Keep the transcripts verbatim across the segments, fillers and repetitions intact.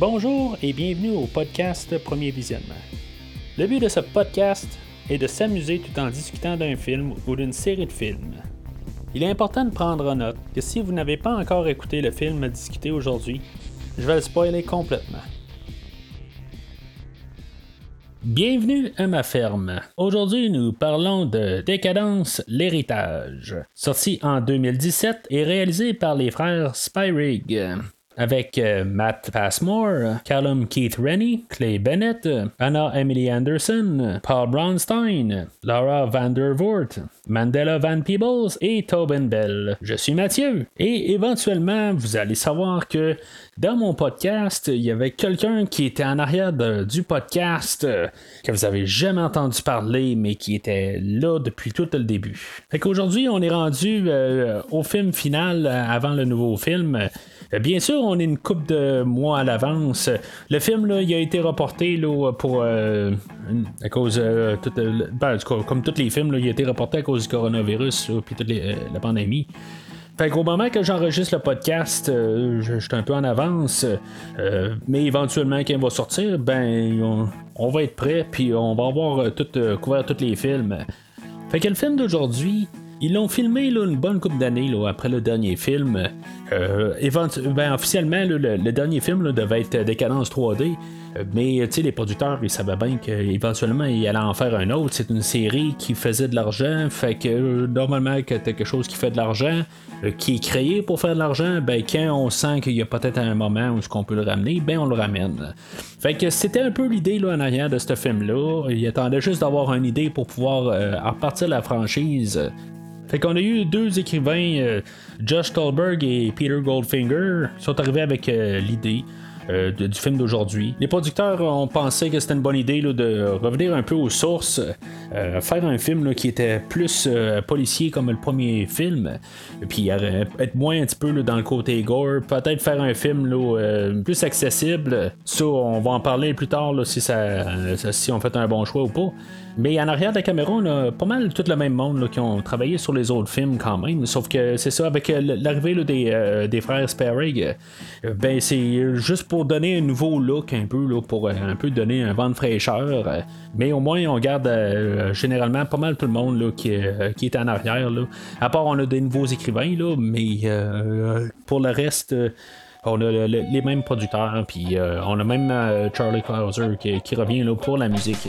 Bonjour et bienvenue au podcast Premier Visionnement. Le but de ce podcast est de s'amuser tout en discutant d'un film ou d'une série de films. Il est important de prendre en note que si vous n'avez pas encore écouté le film à discuter aujourd'hui, je vais le spoiler complètement. Bienvenue à ma ferme. Aujourd'hui, nous parlons de Décadence, l'héritage, sorti en deux mille dix-sept et réalisé par les frères Spyrig. Avec euh, Matt Passmore, Callum Keith Rennie, Clay Bennett, Anna Emily Anderson, Paul Braunstein, Laura Vandervoort, Mandela Van Peebles et Tobin Bell. Je suis Mathieu et éventuellement vous allez savoir que dans mon podcast, il y avait quelqu'un qui était en arrière de, du podcast euh, que vous avez jamais entendu parler mais qui était là depuis tout le début. Fait qu'aujourd'hui, on est rendu euh, au film final euh, avant le nouveau film. Bien sûr, on est une couple de mois à l'avance. Le film, là, il a été reporté là, pour euh, à cause euh, tout, euh, ben, comme tous les films, là, il a été reporté à cause du coronavirus et toute les, euh, la pandémie. Fait qu'au moment que j'enregistre le podcast, euh, je, je suis un peu en avance, euh, mais éventuellement quand il va sortir, ben on, on va être prêt, puis on va avoir euh, tout, euh, couvert tous les films. Fait que le film d'aujourd'hui, ils l'ont filmé là, une bonne couple d'années là, après le dernier film. Euh, éventu- ben, officiellement, là, le, le dernier film là, devait être Décadence trois D. Euh, mais les producteurs ils savaient bien qu'éventuellement ils allaient en faire un autre. C'est une série qui faisait de l'argent. Fait que euh, normalement, quand t'as quelque chose qui fait de l'argent, euh, qui est créé pour faire de l'argent, ben quand on sent qu'il y a peut-être un moment où on peut le ramener, ben on le ramène. Fait que c'était un peu l'idée là, en arrière de ce film-là. Il attendait juste d'avoir une idée pour pouvoir euh, repartir la franchise. Fait qu'on a eu deux écrivains, euh, Josh Stolberg et Peter Goldfinger, qui sont arrivés avec euh, l'idée euh, de, du film d'aujourd'hui. Les producteurs ont pensé que c'était une bonne idée là, de revenir un peu aux sources, euh, faire un film là, qui était plus euh, policier comme le premier film, et puis euh, être moins un petit peu là, dans le côté gore, peut-être faire un film là, euh, plus accessible. Ça, on va en parler plus tard là, si, ça, ça, si on fait un bon choix ou pas. Mais en arrière de la caméra, on a pas mal tout le même monde là, qui ont travaillé sur les autres films quand même. Sauf que c'est ça, avec l'arrivée là, des, euh, des frères Spyrig, euh, ben c'est juste pour donner un nouveau look un peu, là, pour euh, un peu donner un vent de fraîcheur. Euh, mais au moins, on garde euh, généralement pas mal tout le monde là, qui, euh, qui est en arrière. Là. À part, on a des nouveaux écrivains, là, mais euh, pour le reste... Euh, on a le, le, les mêmes producteurs, puis euh, on a même euh, Charlie Clouser qui, qui revient là, pour la musique.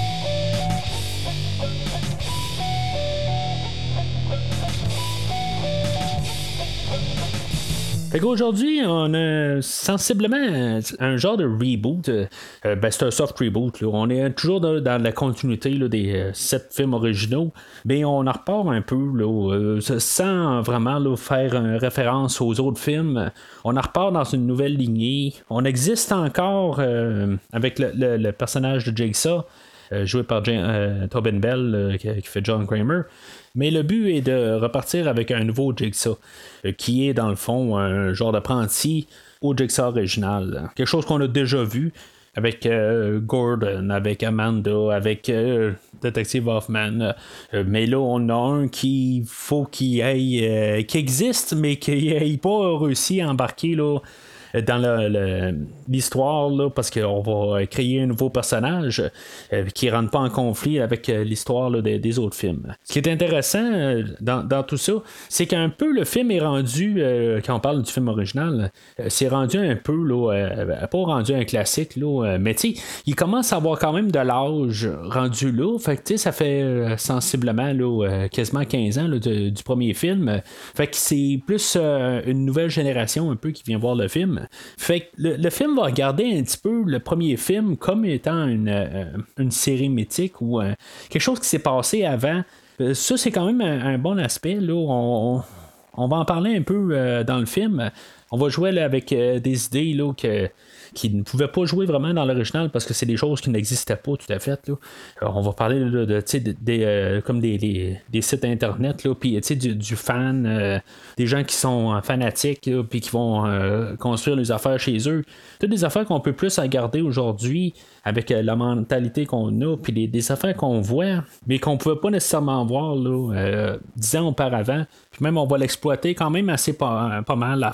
Fait qu'aujourd'hui, on a sensiblement un, un genre de reboot. Euh, ben c'est un soft reboot. Là. On est toujours dans, dans la continuité là, des euh, sept films originaux. Mais on en repart un peu là, euh, sans vraiment là, faire une référence aux autres films. On en repart dans une nouvelle lignée. On existe encore euh, avec le, le, le personnage de Jigsaw, euh, joué par J- euh, Tobin Bell, euh, qui, qui fait John Kramer. Mais le but est de repartir avec un nouveau Jigsaw, euh, qui est dans le fond un genre d'apprenti au Jigsaw original. Quelque chose qu'on a déjà vu avec euh, Gordon, avec Amanda, avec euh, Detective Hoffman. Euh, mais là, on a un qui faut qu'il aille, euh, qui existe, mais qui n'ait pas réussi à embarquer là, dans le, le, l'histoire là, parce qu'on va créer un nouveau personnage euh, qui ne rentre pas en conflit avec euh, l'histoire là, des, des autres films. Ce qui est intéressant euh, dans, dans tout ça, c'est qu'un peu le film est rendu, euh, quand on parle du film original, euh, c'est rendu un peu là, euh, pas rendu un classique là, euh, mais tu sais, il commence à avoir quand même de l'âge rendu là, fait que tu sais, ça fait euh, sensiblement là, euh, quasiment quinze ans là, de, du premier film, fait que c'est plus euh, une nouvelle génération un peu qui vient voir le film. Fait que le, le film va regarder un petit peu le premier film comme étant une, euh, une série mythique ou euh, quelque chose qui s'est passé avant. Euh, ça, c'est quand même un, un bon aspect. Là. On, on, on va en parler un peu euh, dans le film. On va jouer là, avec euh, des idées là, que, qui ne pouvaient pas jouer vraiment dans l'original parce que c'est des choses qui n'existaient pas tout à fait. Là. Alors, on va parler là, de, de, de, de euh, comme des, des, des sites internet, puis du, du fan, euh, des gens qui sont fanatiques, puis qui vont euh, construire les affaires chez eux. Toutes des affaires qu'on peut plus regarder aujourd'hui avec euh, la mentalité qu'on a, puis des, des affaires qu'on voit, mais qu'on ne pouvait pas nécessairement voir là, euh, dix ans auparavant. Puis même on va l'exploiter quand même assez pas, pas mal à fond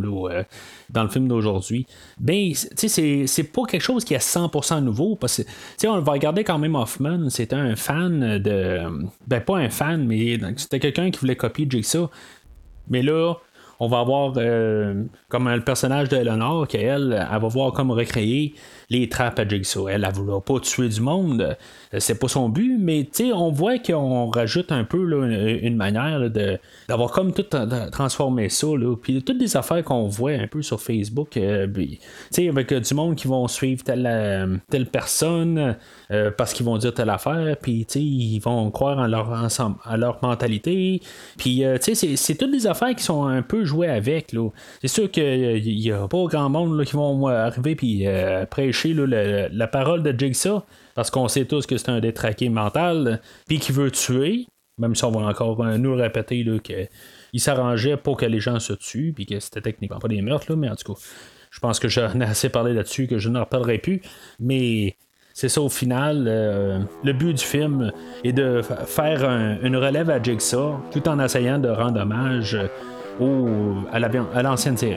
là, euh, dans le film d'aujourd'hui. Ben, tu sais, c'est, c'est pas quelque chose qui est cent pour cent nouveau, parce que, tu sais, on va regarder quand même Hoffman, c'était un fan de... Ben, pas un fan, mais c'était quelqu'un qui voulait copier Jigsaw. Mais là, on va avoir euh, comme le personnage de Eleanor, qu'elle, elle va voir comme recréer les trappes à Jigsaw. Elle, elle ne voulait pas tuer du monde, c'est pas son but, mais on voit qu'on rajoute un peu là, une manière là, de, d'avoir comme tout transformé ça. Là. Puis toutes les affaires qu'on voit un peu sur Facebook, euh, avec du monde qui vont suivre telle, telle personne euh, parce qu'ils vont dire telle affaire, puis ils vont croire en leur, ensemble, à leur mentalité. Puis euh, c'est, c'est toutes des affaires qui sont un peu jouées avec. Là. C'est sûr qu'il n'y a pas grand monde là, qui vont arriver puis euh, prêcher là, la, la parole de Jigsaw, parce qu'on sait tous que c'est un détraqué mental, puis qui veut tuer, même si on va encore nous répéter là, qu'il s'arrangeait pour que les gens se tuent, puis que c'était techniquement pas des meurtres, là, mais en tout cas, je pense que j'en ai assez parlé là-dessus, que je n'en reparlerai plus, mais c'est ça au final, euh, le but du film est de faire un, une relève à Jigsaw, tout en essayant de rendre hommage au, à, la, à l'ancienne série.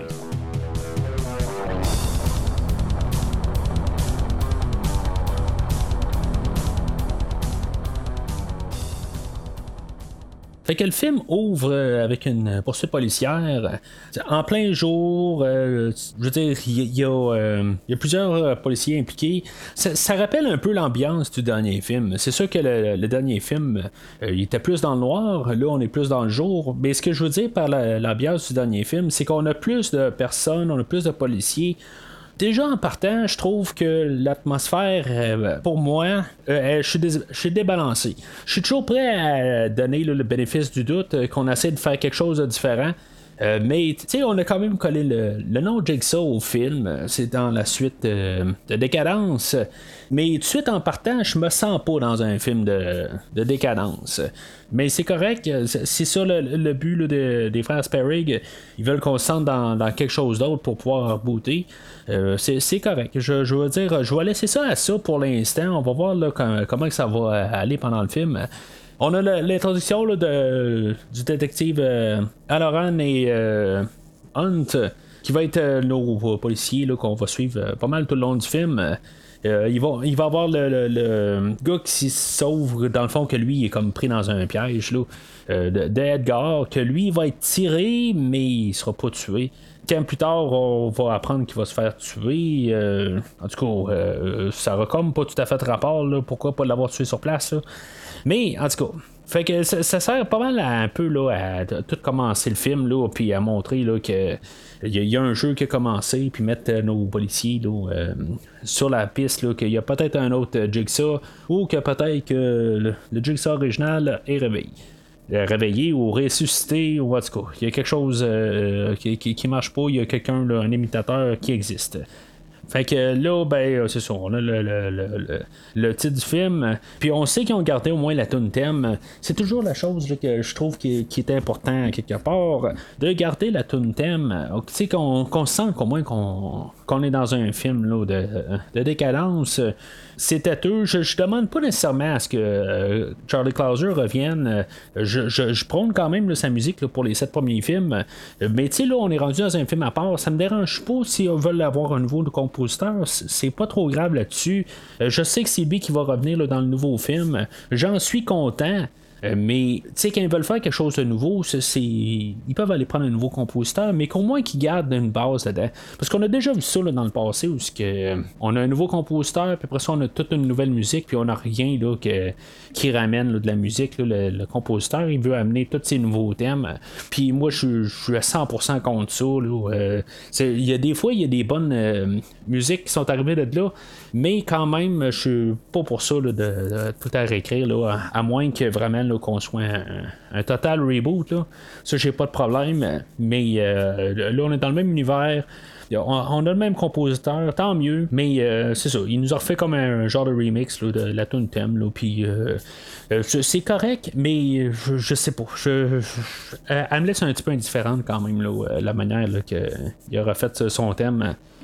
Fait que le film ouvre avec une poursuite policière en plein jour. Euh, je veux dire, il y, y, euh, y a plusieurs policiers impliqués. Ça, ça rappelle un peu l'ambiance du dernier film. C'est sûr que le, le dernier film, euh, il était plus dans le noir. Là, on est plus dans le jour. Mais ce que je veux dire par la, l'ambiance du dernier film, c'est qu'on a plus de personnes, on a plus de policiers. Déjà en partant, je trouve que l'atmosphère, euh, pour moi, euh, je suis dé- je suis débalancé. Je suis toujours prêt à donner là, le bénéfice du doute, euh, qu'on essaie de faire quelque chose de différent. Euh, mais tu sais, on a quand même collé le, le nom de Jigsaw au film. C'est dans la suite euh, de Décadence. Mais tout de suite en partant, je me sens pas dans un film de, de décadence. Mais c'est correct, c'est ça le, le but là, de, des frères Sperrig. Ils veulent qu'on se sente dans, dans quelque chose d'autre pour pouvoir rebooter. Euh, c'est, c'est correct. Je, je veux dire, je vais laisser ça à ça pour l'instant. On va voir là, comment, comment ça va aller pendant le film. On a le, l'introduction là, de, du détective euh, Halloran et euh, Hunt, qui va être euh, nos policiers là, qu'on va suivre euh, pas mal tout le long du film. Euh, il, va, il va avoir le, le, le gars qui se sauve, dans le fond, que lui il est comme pris dans un piège là, euh, de, d'Edgar, que lui il va être tiré, mais il sera pas tué. Quand plus tard, on va apprendre qu'il va se faire tuer. Euh, en tout cas, euh, ça aura comme pas tout à fait de rapport. Là, pourquoi pas l'avoir tué sur place? Là. Mais, en tout cas, fait que ça, ça sert pas mal à, un peu là, à tout commencer le film, là, puis à montrer là, que il y, y a un jeu qui a commencé, puis mettre euh, nos policiers là, euh, sur la piste, là, qu'il y a peut-être un autre euh, Jigsaw, ou que peut-être que le, le Jigsaw original est réveillé. Réveillé ou ressuscité, ou en tout cas, il y a quelque chose euh, qui, qui, qui marche pas, il y a quelqu'un, là, un imitateur qui existe. Fait que là, ben, c'est ça, on a le, le, le, le, le titre du film. Puis on sait qu'ils ont gardé au moins la tune thème. C'est toujours la chose là, que je trouve qui, qui est important quelque part, de garder la tune thème. Tu sais, qu'on, qu'on sent qu'au moins qu'on, qu'on est dans un film là, de, de décadence. C'est têteux. Je, je demande pas nécessairement à ce que euh, Charlie Clouser revienne. Je, je, je prône quand même là, sa musique là, pour les sept premiers films. Mais tu sais, là, on est rendu dans un film à part. Ça me dérange pas si on veut avoir un nouveau compositeur. C'est pas trop grave là-dessus. Je sais que c'est lui qui va revenir là, dans le nouveau film. J'en suis content. Mais tu sais, quand ils veulent faire quelque chose de nouveau, c'est, c'est... ils peuvent aller prendre un nouveau compositeur, mais qu'au moins qu'ils gardent une base là-dedans. Parce qu'on a déjà vu ça là, dans le passé, où que, on a un nouveau compositeur, puis après ça, on a toute une nouvelle musique, puis on n'a rien là, que, qui ramène là, de la musique. Là, le, le compositeur, il veut amener tous ces nouveaux thèmes. Puis moi, je, je suis à cent pour cent contre ça. Euh, il y a des fois, il y a des bonnes euh, musiques qui sont arrivées de là, mais quand même, je suis pas pour ça là, de, de tout à réécrire, là, à, à moins que vraiment là, qu'on soit un, un total reboot. Là. Ça, j'ai pas de problème. Mais euh, là, on est dans le même univers. On, on a le même compositeur, tant mieux. Mais euh, c'est ça. Il nous a refait comme un genre de remix là, de la tune thème. Là, puis euh, euh, c'est correct, mais je, je sais pas. Je, je, elle me laisse un petit peu indifférente quand même, là, la manière là, qu'il a refait son thème.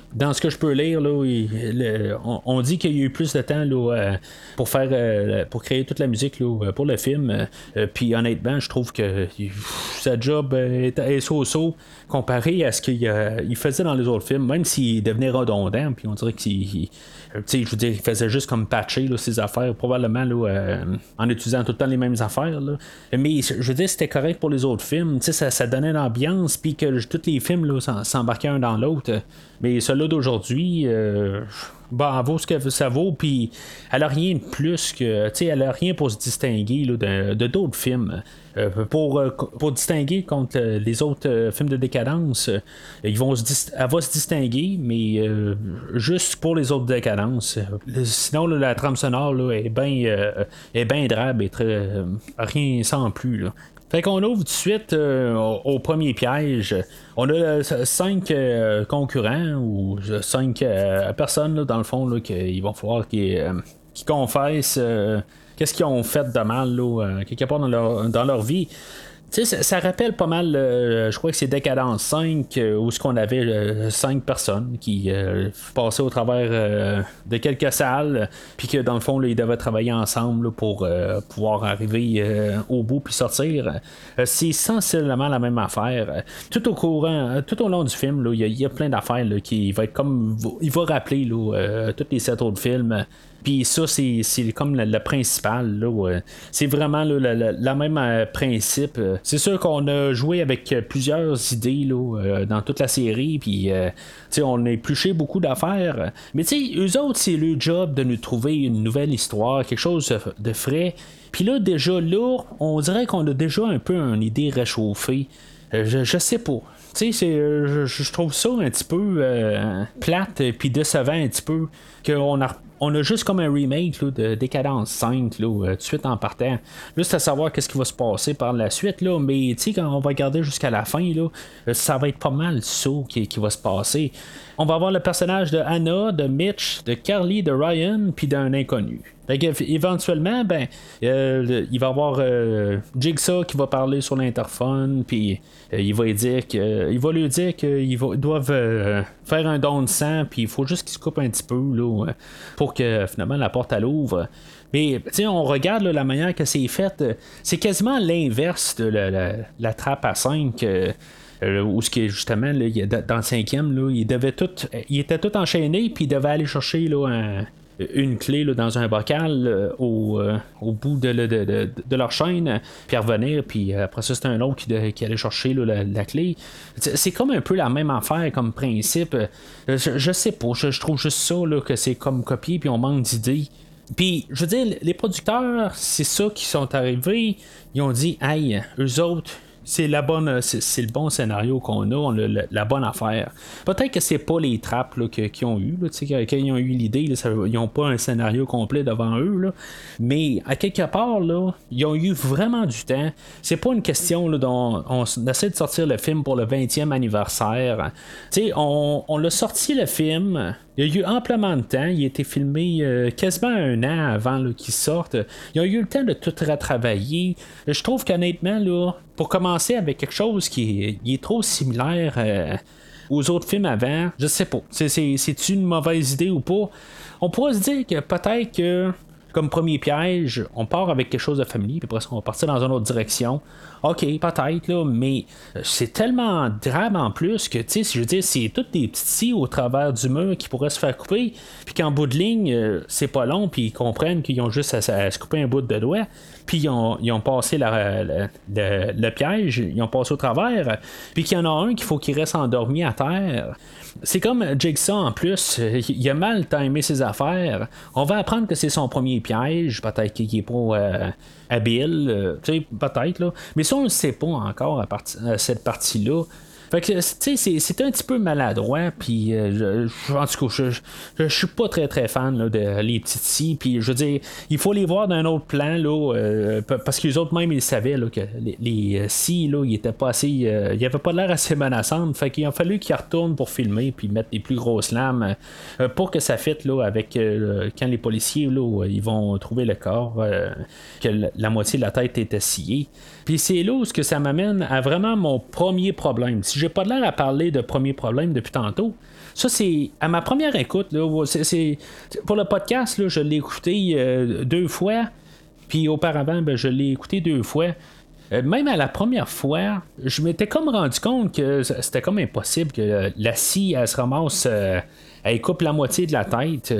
dans ce que je peux lire, là, il, le, on, on dit qu'il y a eu plus de temps là, euh, pour faire euh, pour créer toute la musique là, pour le film. Euh, puis honnêtement, je trouve que pff, sa job est, est so-so comparé à ce qu'il euh, il faisait dans les autres films, même s'il devenait redondant. Puis on dirait qu'il je veux dire, il faisait juste comme patcher là, ses affaires, probablement là, euh, en utilisant tout le temps les mêmes affaires. Là. Mais je veux dire, c'était correct pour les autres films. Ça, ça donnait l'ambiance, puis que tous les films là, s'embarquaient un dans l'autre. Mais celui-là d'aujourd'hui, euh, bon, elle vaut ce que ça vaut, puis elle a rien de plus que. Tu sais, elle a rien pour se distinguer là, de, de d'autres films. Euh, pour, pour distinguer contre les autres euh, films de décadence, euh, ils vont se dis- elle va se distinguer, mais euh, juste pour les autres décadences. Euh, sinon, là, la trame sonore là, est bien euh, est bien drabe et très, euh, rien sans plus. Là. Fait qu'on ouvre tout de suite euh, au, au premier piège. On a euh, cinq euh, concurrents ou cinq euh, personnes, là, dans le fond, là, qu'il va falloir qu'ils, euh, qu'ils confessent euh, qu'est-ce qu'ils ont fait de mal là, euh, quelque part dans leur, dans leur vie. Tu sais, ça, ça rappelle pas mal, euh, je crois que c'est Décadence cinq, euh, où ce qu'on avait euh, cinq personnes qui euh, passaient au travers euh, de quelques salles, puis que dans le fond, là, ils devaient travailler ensemble là, pour euh, pouvoir arriver euh, au bout puis sortir. Euh, c'est sensiblement la même affaire. Tout au courant, tout au long du film, il y, y a plein d'affaires là, qui va être comme. Il va rappeler là, euh, tous les sept autres films. Puis ça, c'est, c'est comme le, le principal. Là, ouais. C'est vraiment là, le, le, le même euh, principe. C'est sûr qu'on a joué avec plusieurs idées là, euh, dans toute la série. Puis euh, on a épluché beaucoup d'affaires. Mais eux autres, c'est le job de nous trouver une nouvelle histoire, quelque chose de frais. Puis là, déjà là, on dirait qu'on a déjà un peu une idée réchauffée. Euh, je, je sais pas. Tu sais, je, je trouve ça un petit peu euh, plate puis décevant un petit peu qu'on a on a juste comme un remake là, de Décadence cinq là, euh, tout de suite en partant. Juste à savoir qu'est-ce qui va se passer par la suite. Là, mais quand on va regarder jusqu'à la fin, là, ça va être pas mal ça qui, qui va se passer. On va avoir le personnage de Anna, de Mitch, de Carly, de Ryan, puis d'un inconnu. Fait éventuellement, ben, euh, il va y avoir euh, Jigsaw qui va parler sur l'interphone, puis euh, il va lui dire que, euh, il va lui dire qu'ils doivent euh, faire un don de sang, puis il faut juste qu'il se coupe un petit peu là, pour que finalement la porte elle ouvre. Mais on regarde là, la manière que c'est fait, c'est quasiment l'inverse de la, la, la trappe à cinq. Euh, Euh, où ce qui est justement là, dans le cinquième là, il devait tout il était tout enchaîné puis il devait aller chercher là, un, une clé là, dans un bocal euh, au, euh, au bout de, de, de, de leur chaîne puis revenir puis après ça c'était un autre qui, de, qui allait chercher là, la, la clé. C'est, c'est comme un peu la même affaire comme principe. Je, je sais pas, je, je trouve juste ça là, que c'est comme copié puis on manque d'idées. Puis, je veux dire, les producteurs, c'est ça qui sont arrivés. Ils ont dit, hey, eux autres, c'est la bonne c'est, c'est le bon scénario qu'on a, on a la, la bonne affaire. Peut-être que c'est pas les trappes là, que, qu'ils ont eu là, quand ils ont eu l'idée là, ça, ils n'ont pas un scénario complet devant eux là, mais à quelque part là, ils ont eu vraiment du temps. C'est pas une question là, dont on, on essaie de sortir le film pour le vingtième anniversaire. T'sais, on, on l'a sorti le film. Il y a eu amplement de temps. Il a été filmé euh, quasiment un an avant là, qu'il sorte. Ils ont eu le temps de tout retravailler. Je trouve qu'honnêtement, là, pour commencer avec quelque chose qui est, qui est trop similaire euh, aux autres films avant, je sais pas. C'est, c'est, c'est-tu une mauvaise idée ou pas? On pourrait se dire que peut-être que comme premier piège, on part avec quelque chose de familier, puis après ça, on va partir dans une autre direction. Ok, peut-être, là, mais c'est tellement drame en plus que, tu sais, je veux dire, c'est toutes des petites scies au travers du mur qui pourraient se faire couper, puis qu'en bout de ligne, c'est pas long, puis ils comprennent qu'ils ont juste à, à se couper un bout de doigt, puis ils ont, ils ont passé la, la, le, le piège, ils ont passé au travers, puis qu'il y en a un qu'il faut qu'il reste endormi à terre. C'est comme Jigsaw en plus, il a mal timé ses affaires. On va apprendre que c'est son premier piège, peut-être qu'il est pas euh, habile, euh, tu sais, peut-être, là. Mais ça, on ne le sait pas encore à, part- à cette partie-là. Fait que, tu sais, c'est, c'est un petit peu maladroit, puis euh, je, en tout cas, je, je, je suis pas très très fan là, de les petites scies, puis je veux dire, il faut les voir d'un autre plan, là, euh, parce que les autres même, ils savaient là, que les, les scies, là, ils étaient pas assez, euh, ils avaient pas l'air assez menaçantes, fait qu'il a fallu qu'ils retournent pour filmer, puis mettre les plus grosses lames, euh, pour que ça fitte, là, avec, euh, quand les policiers, là, ils vont trouver le corps, euh, que la, la moitié de la tête était sciée. Puis c'est là où ce que ça m'amène à vraiment mon premier problème. Si j'ai pas l'air à parler de premier problème depuis tantôt, ça, c'est à ma première écoute. Là, c'est, c'est, pour le podcast, là, je l'ai écouté euh, deux fois. Puis auparavant, ben, je l'ai écouté deux fois. Euh, même à la première fois, je m'étais comme rendu compte que c'était comme impossible que la scie, elle se ramasse, euh, elle coupe la moitié de la tête.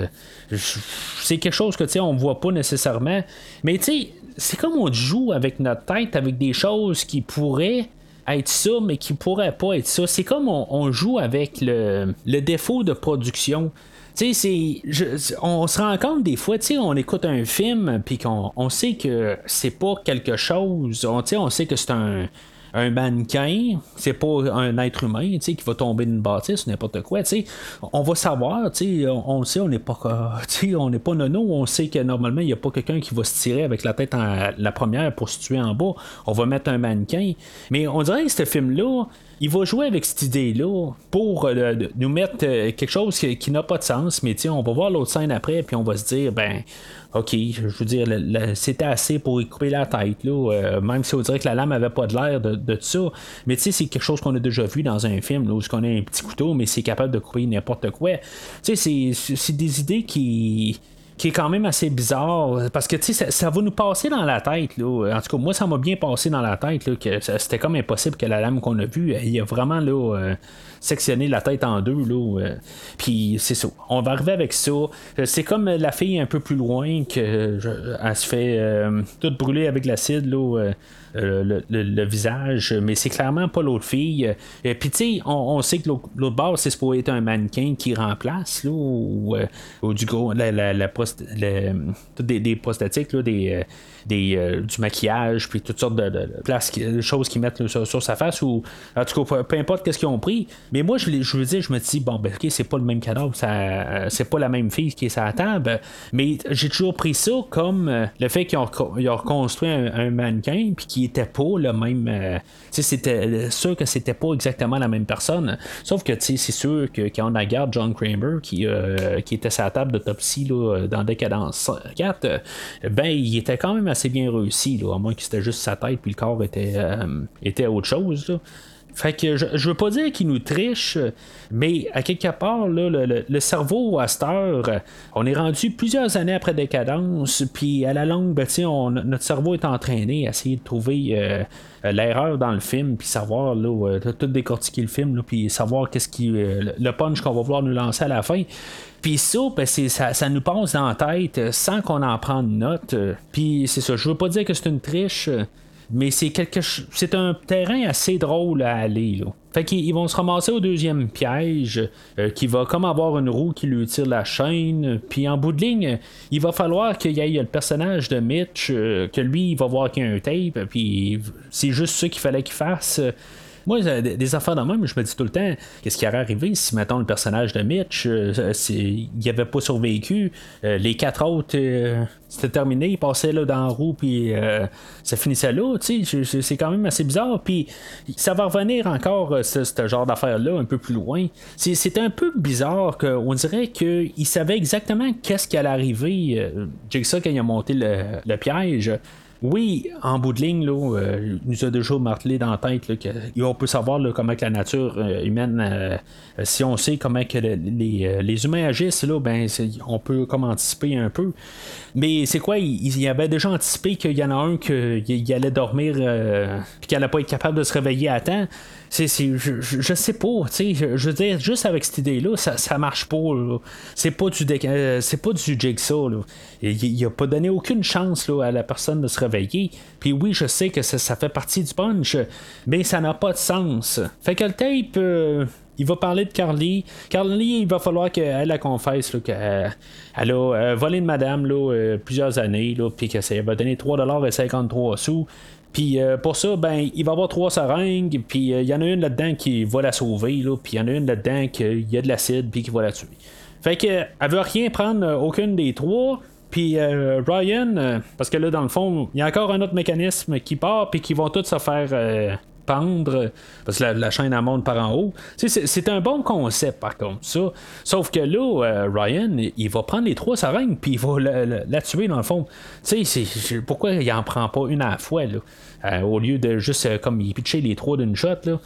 C'est quelque chose que, tu sais, on voit pas nécessairement. Mais, tu sais, c'est comme on joue avec notre tête, avec des choses qui pourraient être ça, mais qui pourraient pas être ça. C'est comme on, on joue avec le, le défaut de production. Tu sais, c'est, je, on se rend compte des fois, tu sais, on écoute un film, puis qu'on on sait que c'est pas quelque chose. On, tu sais, on sait que c'est un, un mannequin, c'est pas un être humain, tu sais, qui va tomber d'une bâtisse ou n'importe quoi. Tu sais, on va savoir, tu sais, on, on le sait, on n'est pas, tu sais, on n'est pas nono, on sait que normalement il n'y a pas quelqu'un qui va se tirer avec la tête en la première pour se tuer en bas. On va mettre un mannequin, mais on dirait que ce film-là, il va jouer avec cette idée-là pour euh, nous mettre euh, quelque chose qui, qui n'a pas de sens, mais on va voir l'autre scène après, puis on va se dire, ben, ok, je veux dire, le, le, c'était assez pour y couper la tête, là, euh, même si on dirait que la lame avait pas de l'air de, de ça, mais tu sais, c'est quelque chose qu'on a déjà vu dans un film, là, où on a un petit couteau, mais c'est capable de couper n'importe quoi. Tu sais, c'est, c'est des idées qui... qui est quand même assez bizarre, parce que tu sais, ça, ça va nous passer dans la tête, là. En tout cas, moi, ça m'a bien passé dans la tête, là, que ça, c'était comme impossible que la lame qu'on a vue, il a vraiment là, euh, sectionné la tête en deux, là. Euh, Puis c'est ça. On va arriver avec ça. C'est comme la fille un peu plus loin, que je, elle se fait euh, toute brûler avec l'acide, là. Euh, Euh, le, le, le visage, mais c'est clairement pas l'autre fille. Et puis, tu sais, on, on sait que l'autre, l'autre bord, c'est supposé être un mannequin qui remplace, là, ou, euh, ou du gros, la, la, la prost, la, toutes des, des prosthétiques, là, des, euh, des, euh, du maquillage, puis toutes sortes de, de, de, places, de choses qu'ils mettent là, sur, sur sa face, ou en tout cas, peu, peu importe qu'est-ce qu'ils ont pris. Mais moi, je, je veux dire, je me dis, bon, ben, ok, c'est pas le même cadavre, ça, c'est pas la même fille qui est sur la table, mais j'ai toujours pris ça comme euh, le fait qu'ils ont, ils ont reconstruit un, un mannequin, puis qui était pas le même. Euh, tu sais, c'était sûr que c'était pas exactement la même personne. Sauf que, tu sais, c'est sûr que quand on regarde John Kramer, qui, euh, qui était sur la table d'autopsie là, dans Décadence quatre, euh, ben, il était quand même assez bien réussi, là, à moins que c'était juste sa tête, puis le corps était, euh, était autre chose, là. Fait que je, je veux pas dire qu'il nous triche, mais à quelque part, là, le, le, le cerveau à cette heure, on est rendu plusieurs années après Décadence, puis à la longue, ben, on, notre cerveau est entraîné à essayer de trouver euh, l'erreur dans le film, puis savoir, là, euh, tout décortiquer le film, là, puis savoir qu'est-ce qui, euh, le punch qu'on va vouloir nous lancer à la fin. Puis ça, ben c'est, ça, ça nous passe dans la tête sans qu'on en prenne note. Puis c'est ça, je veux pas dire que c'est une triche, mais c'est quelque c'est un terrain assez drôle à aller, là. Fait qu'ils vont se ramasser au deuxième piège, euh, qui va comme avoir une roue qui lui tire la chaîne. Puis en bout de ligne, il va falloir qu'il y ait le personnage de Mitch, euh, que lui, il va voir qu'il y a un tape, puis c'est juste ça qu'il fallait qu'il fasse. Moi, des affaires de même, je me dis tout le temps, qu'est-ce qui aurait arrivé si, mettons, le personnage de Mitch, euh, il n'avait pas survécu, euh, les quatre autres, euh, c'était terminé, il passait là, dans la roue, puis euh, ça finissait là, tu sais, c'est quand même assez bizarre, puis ça va revenir encore, euh, ce, ce genre d'affaires-là, un peu plus loin. C'est, c'est un peu bizarre qu'on dirait qu'il savait exactement qu'est-ce qui allait arriver, euh, Jigsaw, quand il a monté le, le piège. Oui, en bout de ligne, là, euh, il nous a déjà martelé dans la tête là, qu'on peut savoir là, comment que la nature euh, humaine, euh, si on sait comment que le, les, euh, les humains agissent, là, ben, on peut comme anticiper un peu. Mais c'est quoi, il, il avait déjà anticipé qu'il y en a un qui allait dormir euh, puis qu'il allait pas être capable de se réveiller à temps. C'est, c'est, je, je, je sais pas, tu sais, je, je veux dire, juste avec cette idée-là, ça, ça marche pas, là. C'est pas du déca- euh, c'est pas du Jigsaw, là. Il, il a pas donné aucune chance là, à la personne de se réveiller. Puis oui, je sais que ça, ça fait partie du punch, mais ça n'a pas de sens. Fait que le tape, euh, il va parler de Carly. Carly, il va falloir qu'elle la confesse là, qu'elle elle a euh, volé de madame là, euh, plusieurs années, là, puis que ça va donner trois dollars cinquante-trois sous. Puis euh, pour ça, ben, il va y avoir trois seringues, puis il euh, y en a une là-dedans qui va la sauver, là, puis il y en a une là-dedans qui y a de l'acide, puis qui va la tuer. Fait que euh, elle veut rien prendre, euh, aucune des trois. Puis euh, Ryan, euh, parce que là, dans le fond, il y a encore un autre mécanisme qui part, puis qui vont tous se faire euh, pendre, parce que la, la chaîne elle monte par en haut. C'est, c'est un bon concept, par contre, ça. Sauf que là, euh, Ryan, il va prendre les trois seringues, puis il va la, la, la tuer, dans le fond. Tu sais, c'est, pourquoi il en prend pas une à la fois, là? Euh, au lieu de juste, euh, comme il pitcher les trois d'une shot, là.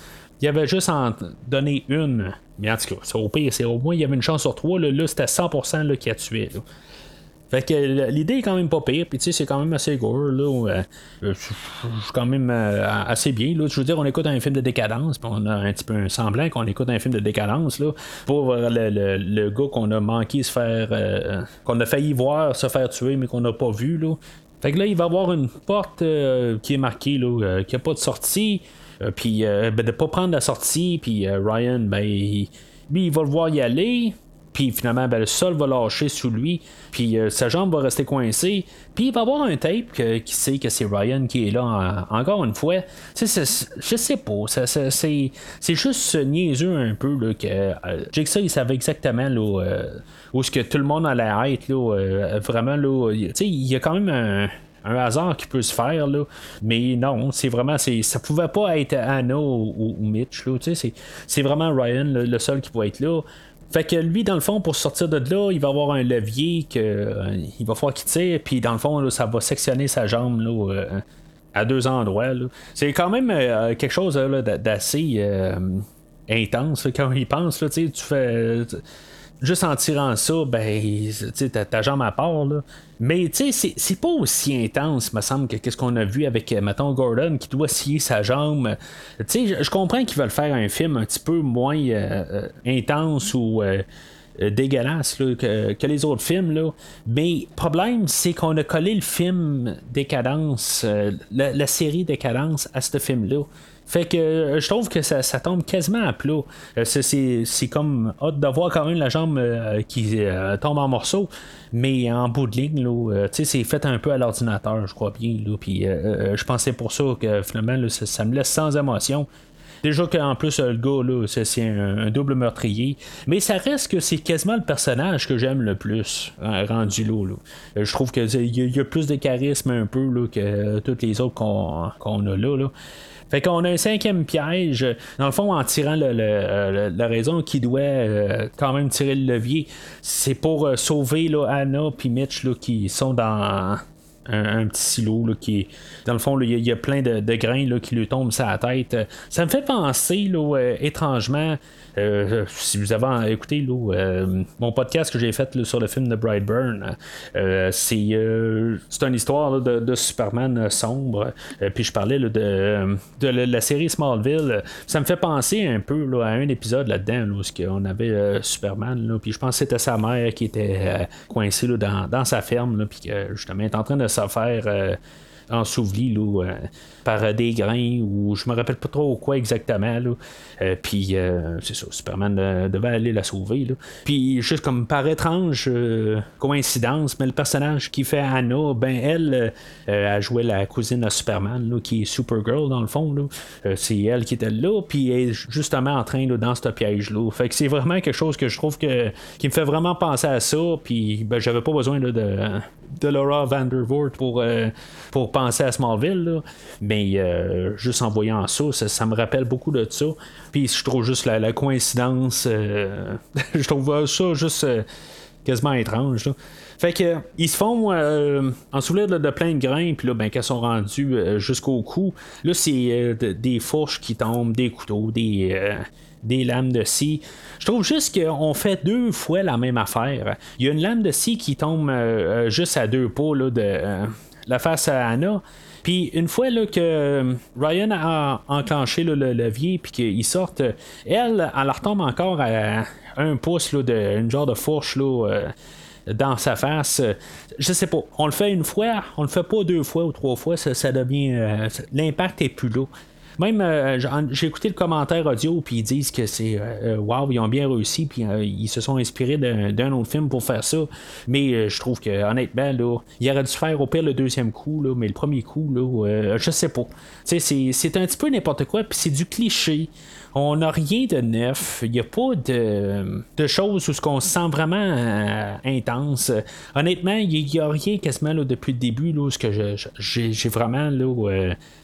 il avait juste en donné une. Mais en tout cas, c'est au pire, c'est au moins il y avait une chance sur trois. Là, là c'était cent pour cent là, qui a tué. Là. Fait que l'idée est quand même pas pire, puis tu sais, c'est quand même assez gore, là. Euh, je suis quand même euh, assez bien, là. Je veux dire, on écoute un film de décadence, puis on a un petit peu un semblant qu'on écoute un film de décadence, là. Pour le, le, le gars qu'on a manqué se faire. Euh, qu'on a failli voir se faire tuer, mais qu'on n'a pas vu, là. Fait que là, il va y avoir une porte euh, qui est marquée, là, euh, qui n'a pas de sortie, euh, puis euh, ben, de pas prendre la sortie, puis euh, Ryan, ben, il, lui, il va le voir y aller. Puis finalement, ben, le sol va lâcher sous lui. Puis euh, sa jambe va rester coincée. Puis il va avoir un tape que, qui sait que c'est Ryan qui est là en, encore une fois. C'est, c'est, je sais pas. Ça, ça, c'est, c'est juste niaiseux un peu là, que euh, Jigsaw il savait exactement là, euh, où ce que tout le monde allait être. Là, euh, vraiment, là, il y a quand même un. un hasard qui peut se faire, là. Mais non, c'est vraiment, c'est, ça pouvait pas être Anna ou, ou Mitch, là, c'est, c'est vraiment Ryan, le, le seul qui pouvait être là. Fait que lui, dans le fond, pour sortir de là, il va avoir un levier que euh, il va falloir qu'il tire, puis dans le fond, là, ça va sectionner sa jambe là, euh, à deux endroits. Là. C'est quand même euh, quelque chose là, d'assez euh, intense là, quand il pense. Là, tu fais. Juste en tirant ça, ben, ta, ta jambe à part, là. Mais, tu sais, c'est, c'est pas aussi intense, me semble, que qu'est-ce qu'on a vu avec, mettons, Gordon, qui doit scier sa jambe. Tu sais, je, je comprends qu'ils veulent faire un film un petit peu moins euh, intense ou... Euh, dégueulasse là, que, que les autres films là. Mais le problème c'est qu'on a collé le film Décadence euh, la, la série Décadence à ce film là. Fait que euh, je trouve que ça, ça tombe quasiment à plat. Euh, c'est, c'est, c'est comme hâte de voir quand même la jambe euh, qui euh, tombe en morceaux, mais en bout de ligne, là, euh, c'est fait un peu à l'ordinateur, je crois bien. Puis euh, euh, je pensais pour ça que finalement là, ça, ça me laisse sans émotion. Déjà qu'en plus, le gars, là, c'est, c'est un, un double meurtrier. Mais ça reste que c'est quasiment le personnage que j'aime le plus, hein, rendu là. là. Je trouve qu'il y, y a plus de charisme un peu là, que tous les autres qu'on, qu'on a là. là. Fait qu'on a un cinquième piège. Dans le fond, en tirant le, le, le, la raison qui doit euh, quand même tirer le levier, c'est pour euh, sauver là, Anna et Mitch là, qui sont dans... Un, un petit silo là, qui est. Dans le fond, il y, y a plein de, de grains là, qui lui tombent sur la tête. Ça me fait penser là, euh, étrangement. Euh, si vous avez écouté là, euh, mon podcast que j'ai fait là, sur le film de Brightburn, euh, c'est, euh, c'est une histoire là, de, de Superman sombre. Euh, puis je parlais là, de, de la, la série Smallville. Ça me fait penser un peu là, à un épisode là-dedans là, où on avait euh, Superman. Là, puis je pense que c'était sa mère qui était euh, coincée là, dans, dans sa ferme. Là, puis que justement elle est en train de se faire euh, ensevelie là, euh, par euh, des grains ou je me rappelle pas trop quoi exactement là. Euh, puis euh, c'est ça, Superman euh, devait aller la sauver là. Puis juste comme par étrange euh, coïncidence, mais le personnage qui fait Anna, ben elle euh, a joué la cousine de Superman là, qui est Supergirl dans le fond là. Euh, c'est elle qui était là puis elle est justement en train là, dans ce piège là. Fait que c'est vraiment quelque chose que je trouve que qui me fait vraiment penser à ça puis ben j'avais pas besoin là, de de Laura Vandervoort pour euh, pour penser à Smallville là. Mais euh, juste en voyant ça, ça, ça me rappelle beaucoup de ça. Puis je trouve juste la, la coïncidence, euh, je trouve ça juste euh, quasiment étrange. Là. Fait que ils se font euh, ensouffler de, de plein de grains, puis là, ben, quand ils sont rendus euh, jusqu'au cou, là, c'est euh, de, des fourches qui tombent, des couteaux, des. Euh, des lames de scie. Je trouve juste qu'on fait deux fois la même affaire. Il y a une lame de scie qui tombe euh, juste à deux pas là, de euh, la face à Anna. Puis une fois là, que Ryan a enclenché là, le levier puis qu'ils sortent, elle, elle retombe encore à un pouce là, de une genre de fourche là, euh, dans sa face. Je sais pas. On le fait une fois, on le fait pas deux fois ou trois fois, ça, ça devient. Euh, l'impact est plus là. Même, euh, j'ai écouté le commentaire audio, puis ils disent que c'est euh, wow, ils ont bien réussi, puis euh, ils se sont inspirés d'un, d'un autre film pour faire ça. Mais euh, je trouve que, honnêtement, là, il aurait dû faire au pire le deuxième coup, là, mais le premier coup, là, euh, je sais pas. C'est, c'est un petit peu n'importe quoi, puis c'est du cliché. On n'a rien de neuf. Il n'y a pas de, de choses où ce qu'on se sent vraiment euh, intense. Honnêtement, il n'y a rien quasiment là, depuis le début là, où ce que je, j'ai, j'ai vraiment là, euh,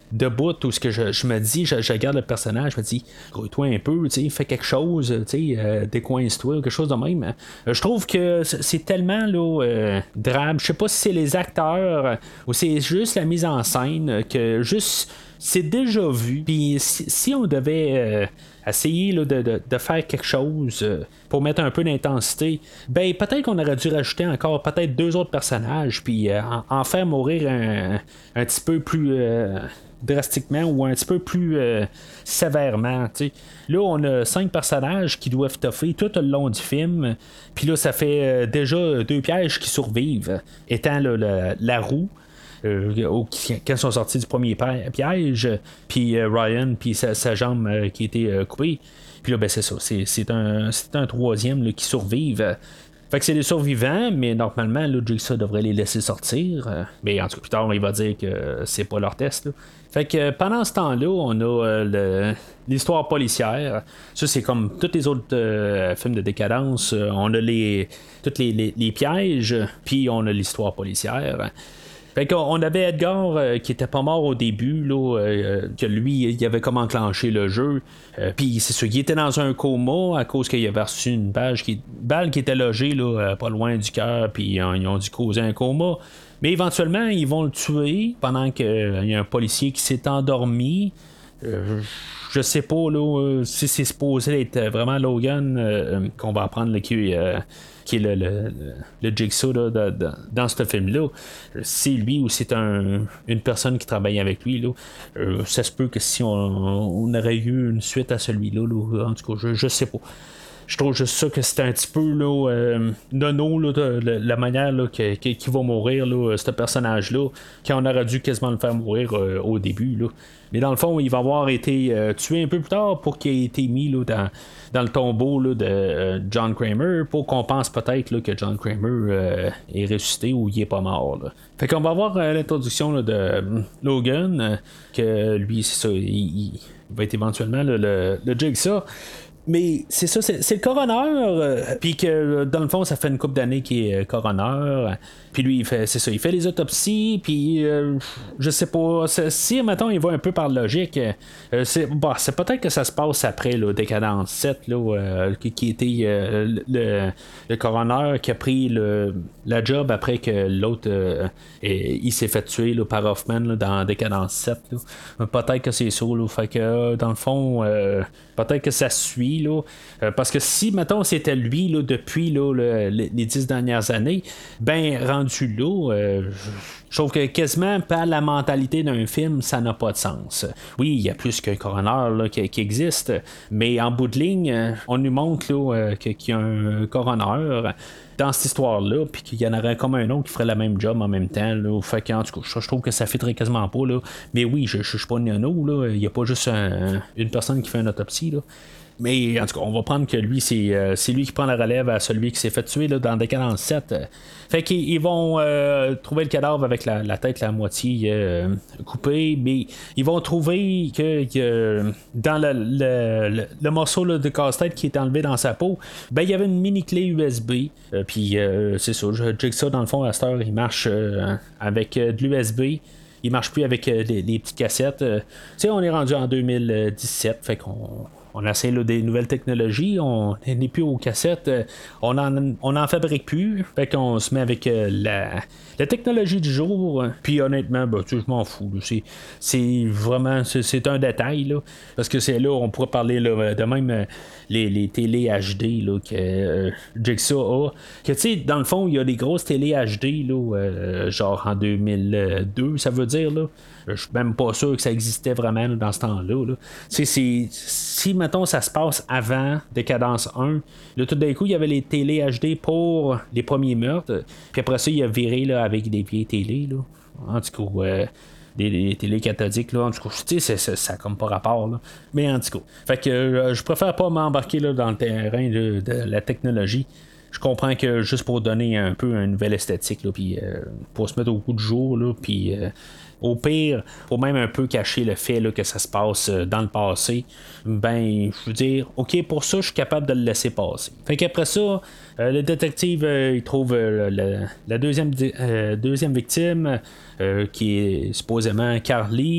de bout où ce que je, je me dis, je, je regarde le personnage, je me dis, grouille-toi un peu, fais quelque chose, euh, décoince-toi, quelque chose de même. Euh, je trouve que c'est tellement là, euh, drabe. Je sais pas si c'est les acteurs ou c'est juste la mise en scène que juste c'est déjà vu. Puis si, si on devait euh, essayer là, de, de, de faire quelque chose euh, pour mettre un peu d'intensité, ben peut-être qu'on aurait dû rajouter encore peut-être deux autres personnages, puis euh, en, en faire mourir un, un petit peu plus euh, drastiquement ou un petit peu plus euh, sévèrement. T'sais. Là, on a cinq personnages qui doivent toffer tout le long du film. Puis là, ça fait euh, déjà deux pièges qui survivent, étant là, la, la roue. Euh, au, quand ils sont sortis du premier piège, puis euh, Ryan, puis sa, sa jambe euh, qui a été euh, coupée. Puis là, ben c'est ça, c'est, c'est, un, c'est un troisième là, qui survive. Fait que c'est des survivants, mais normalement, là, Jigsaw devrait les laisser sortir. Euh, mais en tout cas, plus tard, il va dire que c'est pas leur test. Là. Fait que euh, pendant ce temps-là, on a euh, le, l'histoire policière. Ça, c'est comme tous les autres euh, films de décadence. Euh, on a les tous les, les, les pièges, puis on a l'histoire policière. Fait qu'on avait Edgar euh, qui était pas mort au début, là, euh, que lui, il avait comme enclenché le jeu. Euh, Puis c'est sûr, il était dans un coma à cause qu'il avait reçu une balle qui, balle qui était logée là, euh, pas loin du cœur, puis euh, ils ont dû causer un coma. Mais éventuellement, ils vont le tuer pendant qu'il euh, y a un policier qui s'est endormi. Euh, je sais pas là, si c'est supposé être vraiment Logan euh, qu'on va apprendre là, qui euh, qui est le, le, le Jigsaw là, de, de, dans ce film-là. C'est lui ou c'est un, une personne qui travaille avec lui. Là. Euh, ça se peut que si on, on aurait eu une suite à celui-là, là, en tout cas, je, je sais pas. Je trouve juste ça que c'est un petit peu là, euh, nono là, de, de, la manière là, que, que, qui va mourir, là, ce personnage-là, quand on aurait dû quasiment le faire mourir euh, au début. Là. Mais dans le fond, il va avoir été euh, tué un peu plus tard pour qu'il ait été mis là, dans, dans le tombeau là, de euh, John Kramer, pour qu'on pense peut-être là, que John Kramer euh, est ressuscité ou il est pas mort. Là. Fait qu'on va avoir euh, l'introduction là, de euh, Logan, euh, que lui, c'est ça, il, il va être éventuellement là, le, le Jigsaw. Mais c'est ça, c'est, c'est le coroner, euh, puis que dans le fond, ça fait une couple d'années qu'il est coroner. Puis lui, il fait, c'est ça, il fait les autopsies, puis euh, je sais pas, si, mettons, il va un peu par logique, euh, c'est, bah, c'est peut-être que ça se passe après, là, Décadence sept, là, euh, qui, qui était euh, le, le coroner qui a pris le, la job après que l'autre, euh, et, il s'est fait tuer là, par Hoffman là, dans Décadence sept. Là. Peut-être que c'est ça, là, fait que dans le fond, euh, peut-être que ça suit. Là, euh, parce que si, mettons, c'était lui là, depuis là, le, les dix dernières années, ben, rendu là, euh, je trouve que quasiment par la mentalité d'un film, ça n'a pas de sens. Oui, il y a plus qu'un coroner là, qui, qui existe, mais en bout de ligne, on nous montre là, euh, qu'il y a un coroner dans cette histoire-là, puis qu'il y en aurait comme un autre qui ferait la même job en même temps. Là. Fait qu'en tout cas, je, je trouve que ça fitterait quasiment pas. Là. Mais oui, je ne suis pas nono, là. Il n'y a pas juste un, une personne qui fait une autopsie. Là. Mais en tout cas, on va prendre que lui, c'est, euh, c'est lui qui prend la relève à celui qui s'est fait tuer là, dans Décadence sept. Fait qu'ils ils vont euh, trouver le cadavre avec la, la tête, la moitié euh, coupée, mais ils vont trouver que, que dans le, le, le, le morceau là, de casse-tête qui est enlevé dans sa peau, ben il y avait une mini clé U S B. Euh, Puis euh, c'est ça, je Jigsaw dans le fond à cette heure, il marche euh, avec euh, de l'U S B. Il marche plus avec euh, les, les petites cassettes. Euh, tu sais, on est rendu en deux mille dix-sept, fait qu'on on essaie là, des nouvelles technologies, on n'est plus aux cassettes, on en, on en fabrique plus, fait qu'on se met avec euh, la, la technologie du jour, puis honnêtement, ben, tu sais, je m'en fous, là. C'est, c'est vraiment, c'est, c'est un détail, là, parce que c'est là, on pourrait parler là, de même euh, les, les télé H D là, que euh, Jigsaw a, que tu sais, dans le fond, il y a des grosses télé H D, là, euh, genre en deux mille deux, ça veut dire, là. Je suis même pas sûr que ça existait vraiment là, dans ce temps-là. Là. C'est, c'est, si, mettons, ça se passe avant Décadence un, là, tout d'un coup, il y avait les télé H D pour les premiers meurtres. Puis après ça, il a viré là, avec des vieilles télé. Là. En tout cas, euh, des, des télé cathodiques. Là. En tout cas, tu sais, ça n'a comme pas rapport. Là. Mais en tout cas, fait que euh, je préfère pas m'embarquer là, dans le terrain de, de la technologie. Je comprends que juste pour donner un peu une nouvelle esthétique, là, puis euh, pour se mettre au goût du jour, là, puis euh, au pire, pour même un peu cacher le fait là, que ça se passe dans le passé, ben, je veux dire, ok, pour ça, je suis capable de le laisser passer. Fait qu'après ça, euh, le détective, euh, il trouve euh, le, la deuxième, euh, deuxième victime, euh, qui est supposément Carly.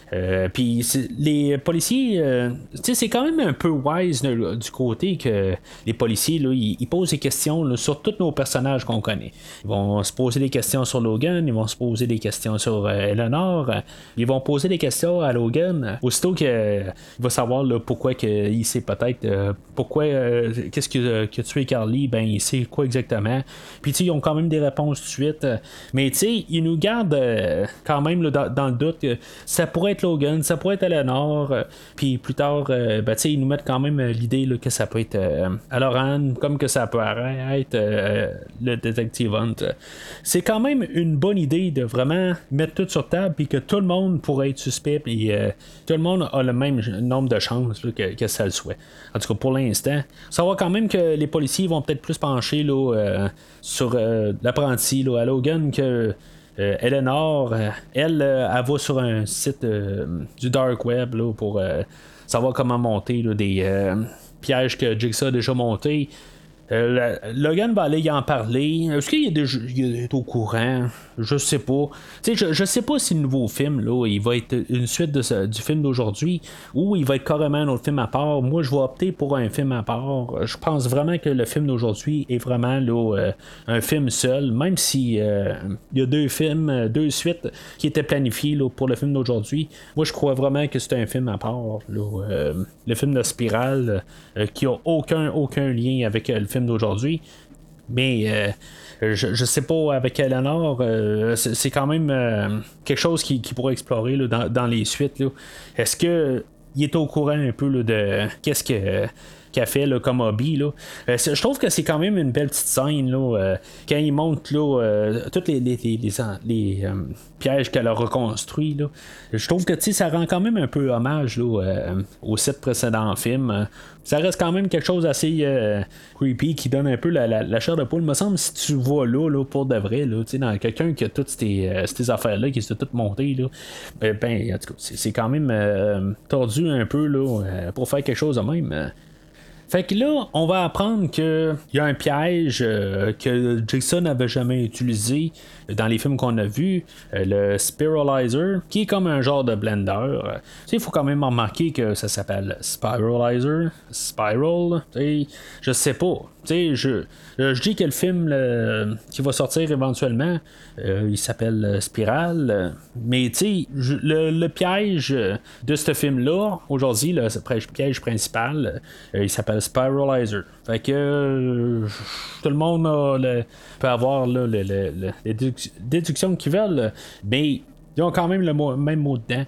Euh, Puis les policiers, euh, c'est quand même un peu wise là, du côté que les policiers là, ils, ils posent des questions là, sur tous nos personnages qu'on connaît. Ils vont se poser des questions sur Logan, ils vont se poser des questions sur euh, Eleanor, euh, ils vont poser des questions à Logan aussitôt qu'il euh, va savoir là, pourquoi que, il sait peut-être euh, pourquoi euh, qu'est-ce que, que tué Carly, ben il sait quoi exactement. Puis ils ont quand même des réponses tout de suite, mais tu sais ils nous gardent euh, quand même là, dans, dans le doute que ça pourrait être Logan, ça pourrait être Eleanor, euh, puis plus tard, euh, ben, ils nous mettent quand même euh, l'idée là, que ça peut être euh, Aloran, comme que ça peut être euh, le détective Hunt. C'est quand même une bonne idée de vraiment mettre tout sur table, puis que tout le monde pourrait être suspect, puis euh, tout le monde a le même nombre de chances là, que, que ça le soit. En tout cas, pour l'instant, savoir quand même que les policiers vont peut-être plus pencher là, euh, sur euh, l'apprenti là, à Logan que Euh, Eleanor, euh, elle, euh, elle va sur un site euh, du Dark Web là, pour euh, savoir comment monter là, des euh, pièges que Jigsaw a déjà montés. Euh, Logan va aller y en parler. Est-ce qu'il est, déjà, il est au courant? Je sais pas. Tu sais, je, je sais pas si le nouveau film, là, il va être une suite de ce, du film d'aujourd'hui ou il va être carrément un autre film à part. Moi, je vais opter pour un film à part. Je pense vraiment que le film d'aujourd'hui est vraiment là, euh, un film seul, même si euh, il y a deux films, deux suites qui étaient planifiés là, pour le film d'aujourd'hui. Moi, je crois vraiment que c'est un film à part. Là, euh, le film de Spirale, euh, qui a aucun, aucun lien avec euh, le film d'aujourd'hui, mais euh, je, je sais pas avec Eleanor, euh, c'est, c'est quand même euh, quelque chose qui, qui pourrait explorer là, dans, dans les suites là. Est-ce que il est au courant un peu là, de qu'est-ce que qu'a fait là, comme hobby là. Euh, je trouve que c'est quand même une belle petite scène là, euh, quand il monte là, euh, tous les, les, les, les, les euh, pièges qu'elle a reconstruits là. Je trouve que ça rend quand même un peu hommage là, euh, aux sept précédents films. Ça reste quand même quelque chose d'assez euh, creepy qui donne un peu la, la, la chair de poule. Il me semble si tu vois là, là pour de vrai, là, dans quelqu'un qui a toutes ces, euh, ces affaires-là, qui s'est toutes montées, là, ben, ben, en tout cas, c'est, c'est quand même euh, tordu un peu là, euh, pour faire quelque chose de même. Euh. Fait que là, on va apprendre qu'il y a un piège euh, que Jigsaw n'avait jamais utilisé dans les films qu'on a vus, euh, le Spiralizer, qui est comme un genre de blender. Euh, il faut quand même remarquer que ça s'appelle Spiralizer, Spiral, je sais pas. Je, je, je dis que le film le, qui va sortir éventuellement, euh, il s'appelle Spirale, mais je, le, le piège de ce film-là, aujourd'hui, le piège principal, euh, il s'appelle Spiralizer. Fait que euh, tout le monde a le, peut avoir là, le, le, le, les déductions qu'ils veulent, mais ils ont quand même le mot, même mot dedans.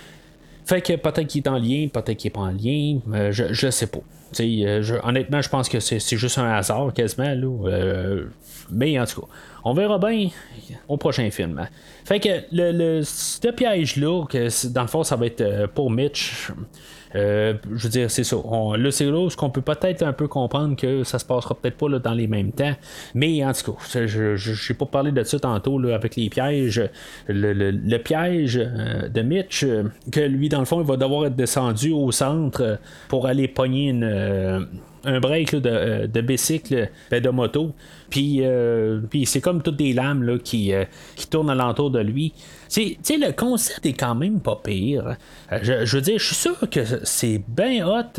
Fait que peut-être qu'il est en lien, peut-être qu'il n'est pas en lien, euh, je, je sais pas. Euh, je, honnêtement, je pense que c'est, c'est juste un hasard quasiment. Là, euh, mais en tout cas, on verra bien au prochain film. Hein. Fait que le, le, ce piège-là, que dans le fond, ça va être pour Mitch. Euh, je veux dire, c'est ça. On, là, c'est là ce qu'on peut peut-être un peu comprendre que ça se passera peut-être pas là, dans les mêmes temps. Mais en tout cas, je n'ai pas parlé de ça tantôt là, avec les pièges. Le, le, le piège euh, de Mitch, euh, que lui, dans le fond, il va devoir être descendu au centre euh, pour aller pogner une. Euh, un break là, de, de bicycle, ben, de moto. Puis, euh, puis c'est comme toutes des lames là, qui, euh, qui tournent alentour de lui. Tu sais, le concept est quand même pas pire. Je, je veux dire, je suis sûr que c'est bien hot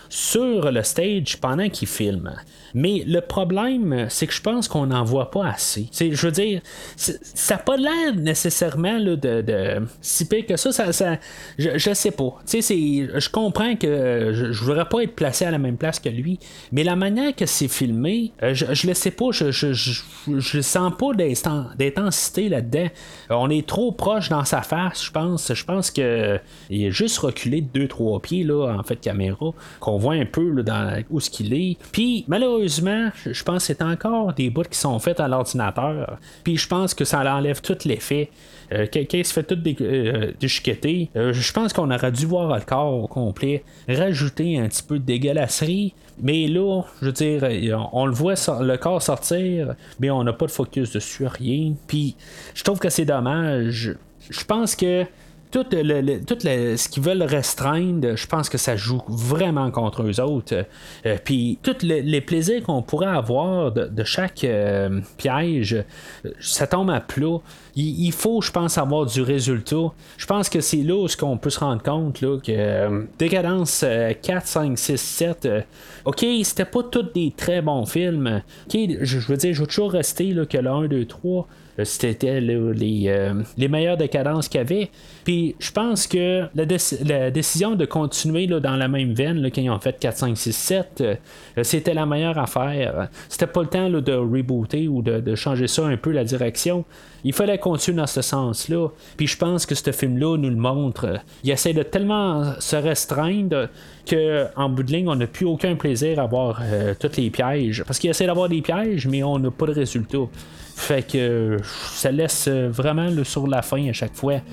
sur le stage pendant qu'il filme. Mais le problème, c'est que je pense qu'on n'en voit pas assez. T'sais, je veux dire, ça n'a pas l'air nécessairement là, de, de si pire que ça. ça, ça je, je sais pas. C'est, je comprends que je ne voudrais pas être placé à la même place que lui, mais la manière que c'est filmé, je, je le sais pas. Je, je, je, je sens pas d'intensité là-dedans. On est trop proche dans sa face, je pense. Je pense que il est juste reculé de deux trois pieds là, en fait, caméra, qu'on voit un peu là, dans où ce qu'il est. Puis malheureusement, je pense que c'est encore des bouts qui sont faits à l'ordinateur. Puis je pense que ça enlève tout l'effet. Euh, Quelqu'un se fait tout dé- euh, déchiqueter. Euh, je pense qu'on aurait dû voir le corps au complet, rajouter un petit peu de dégueulasserie. Mais là, je veux dire, on, on le voit so- le corps sortir, mais on n'a pas de focus dessus, rien. Puis je trouve que c'est dommage. Je pense que tout, le, le, tout le, ce qu'ils veulent restreindre, je pense que ça joue vraiment contre eux autres. Euh, Puis tous le, les plaisirs qu'on pourrait avoir de, de chaque euh, piège, ça tombe à plat. Il, il faut, je pense, avoir du résultat. Je pense que c'est là où on peut se rendre compte là, que euh, Décadence euh, quatre, cinq, six, sept, euh, ok, c'était pas tous des très bons films. Ok, je, je veux dire, je veux toujours rester là, que le un, deux, trois. C'était là, les, euh, les meilleures décadences qu'il y avait. Puis je pense que la, déc- la décision de continuer là, dans la même veine là, quand ils ont fait quatre, cinq, six, sept, euh, c'était la meilleure affaire. C'était pas le temps là, de rebooter ou de, de changer ça un peu la direction. Il fallait continuer dans ce sens-là. Puis je pense que ce film-là nous le montre. Il essaie de tellement se restreindre qu'en bout de ligne, on n'a plus aucun plaisir à voir euh, tous les pièges. Parce qu'il essaie d'avoir des pièges, mais on n'a pas de résultat. Fait que euh, ça laisse vraiment le sur la fin à chaque fois.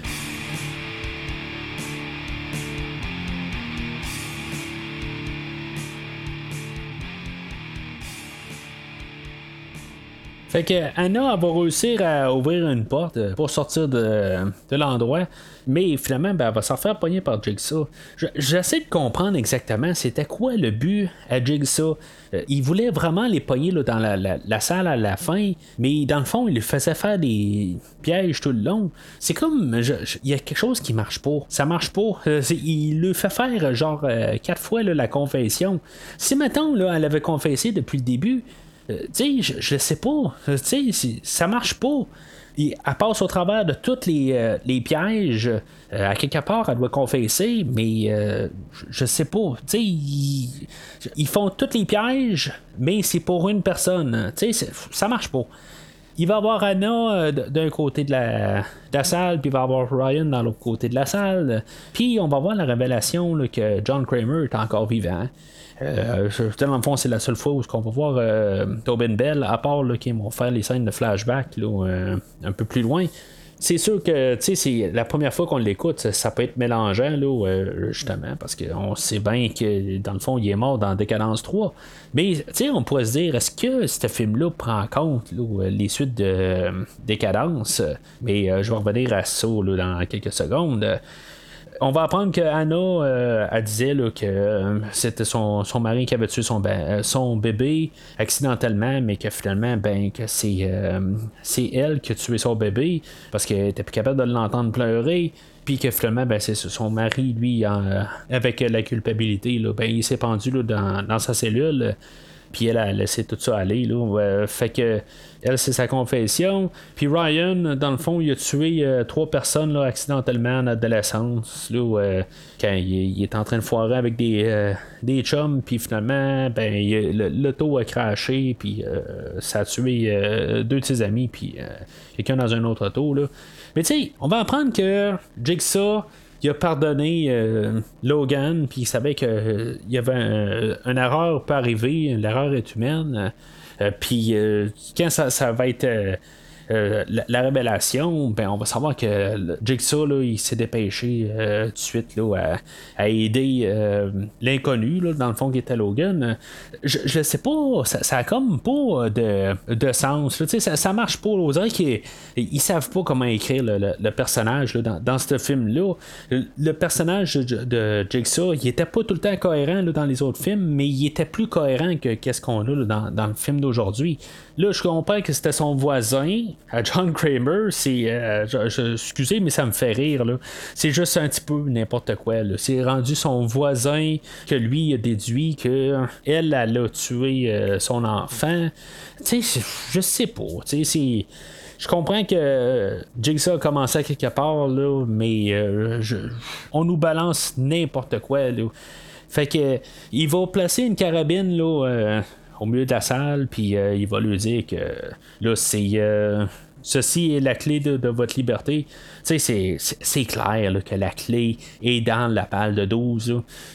Fait que Anna elle va réussir à ouvrir une porte pour sortir de, de l'endroit, mais finalement ben, elle va s'en faire pogner par Jigsaw. Je, j'essaie de comprendre exactement c'était quoi le but à Jigsaw. Euh, il voulait vraiment les pogner là, dans la, la, la salle à la fin, mais dans le fond il lui faisait faire des pièges tout le long. C'est comme il y a quelque chose qui marche pas. Ça marche pas. Euh, il lui fait faire genre euh, quatre fois là, la confession. Si mettons là, elle avait confessé depuis le début. Euh, tu sais, je, je sais pas. Tu sais, ça marche pas. Il, elle passe au travers de tous les, euh, les pièges. Euh, à quelque part, elle doit confesser, mais euh, je, je sais pas. Tu sais, ils, ils font tous les pièges, mais c'est pour une personne. Tu sais, ça marche pas. Il va y avoir Anna euh, d'un côté de la, de la salle, puis il va y avoir Ryan dans l'autre côté de la salle. Puis on va voir la révélation là, que John Kramer est encore vivant. Euh, dans le fond, c'est la seule fois où on va voir euh, Tobin Bell, à part là, qu'ils vont faire les scènes de flashback là, euh, un peu plus loin. C'est sûr que c'est la première fois qu'on l'écoute, ça, ça peut être mélangeant là, euh, justement, parce qu'on sait bien que dans le fond, il est mort dans Décadence trois. Mais on pourrait se dire, est-ce que ce film-là prend en compte là, les suites de euh, Décadence? Mais euh, je vais revenir à ça là, dans quelques secondes. On va apprendre que Anna euh, elle disait là, que euh, c'était son, son mari qui avait tué son, ben, son bébé accidentellement, mais que finalement ben que c'est, euh, c'est elle qui a tué son bébé parce qu'elle était plus capable de l'entendre pleurer. Puis que finalement, ben, c'est son mari, lui, en, euh, avec la culpabilité, là, ben, il s'est pendu là, dans, dans sa cellule. Puis elle a laissé tout ça aller. Là. Euh, fait que elle, c'est sa confession. Puis Ryan, dans le fond, il a tué euh, trois personnes là, accidentellement en adolescence. Là, euh, quand il, il est en train de foirer avec des, euh, des chums. Puis finalement, ben, il, le, l'auto a craché. Puis euh, ça a tué euh, deux de ses amis. Puis euh, quelqu'un dans un autre auto. Là. Mais tu sais, on va apprendre que Jigsaw. Il a pardonné euh, Logan, puis il savait qu'il euh, y avait un, une erreur peut arriver, l'erreur est humaine. Euh, puis euh, quand ça, ça va être euh, euh, la, la révélation, ben on va savoir que Jigsaw là, il s'est dépêché euh, tout de suite là, à, à aider euh, l'inconnu, là, dans le fond qui était Logan. Je, je sais pas, ça, ça a comme pas de, de sens. Là, ça, ça marche pas. Là, on dirait qu'ils ils savent pas comment écrire le, le, le personnage là, dans, dans ce film-là. Le, le personnage de, de Jigsaw, il était pas tout le temps cohérent là, dans les autres films, mais il était plus cohérent que qu'est-ce qu'on a là, dans, dans le film d'aujourd'hui. Là, je comprends que c'était son voisin, à John Kramer. C'est, euh, je, je, excusez, mais ça me fait rire. Là. C'est juste un petit peu n'importe quoi. Là. C'est rendu son voisin que lui a déduit que elle, elle a tué euh, son enfant. Tu sais, je sais pas. Tu sais, c'est. Je comprends que Jigsaw a commencé à quelque part, là, mais euh, je, on nous balance n'importe quoi. Là. Fait que il va placer une carabine là, euh, au milieu de la salle, puis euh, il va lui dire que là, c'est. Euh, ceci est la clé de, de votre liberté. Tu sais, c'est, c'est, c'est clair là, que la clé est dans la balle de douze.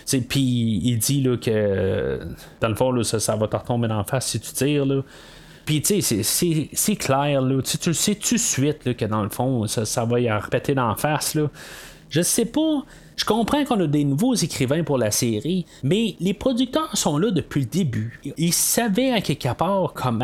Puis il dit là, que dans le fond, là, ça, ça va te retomber dans la face si tu tires. Là. Puis, tu sais, c'est, c'est, c'est clair, là. Tu, tu le sais tout de suite là, que dans le fond, ça, ça va y répéter d'en face. Là. Je sais pas. Je comprends qu'on a des nouveaux écrivains pour la série, mais les producteurs sont là depuis le début. Ils savaient à quelque part comment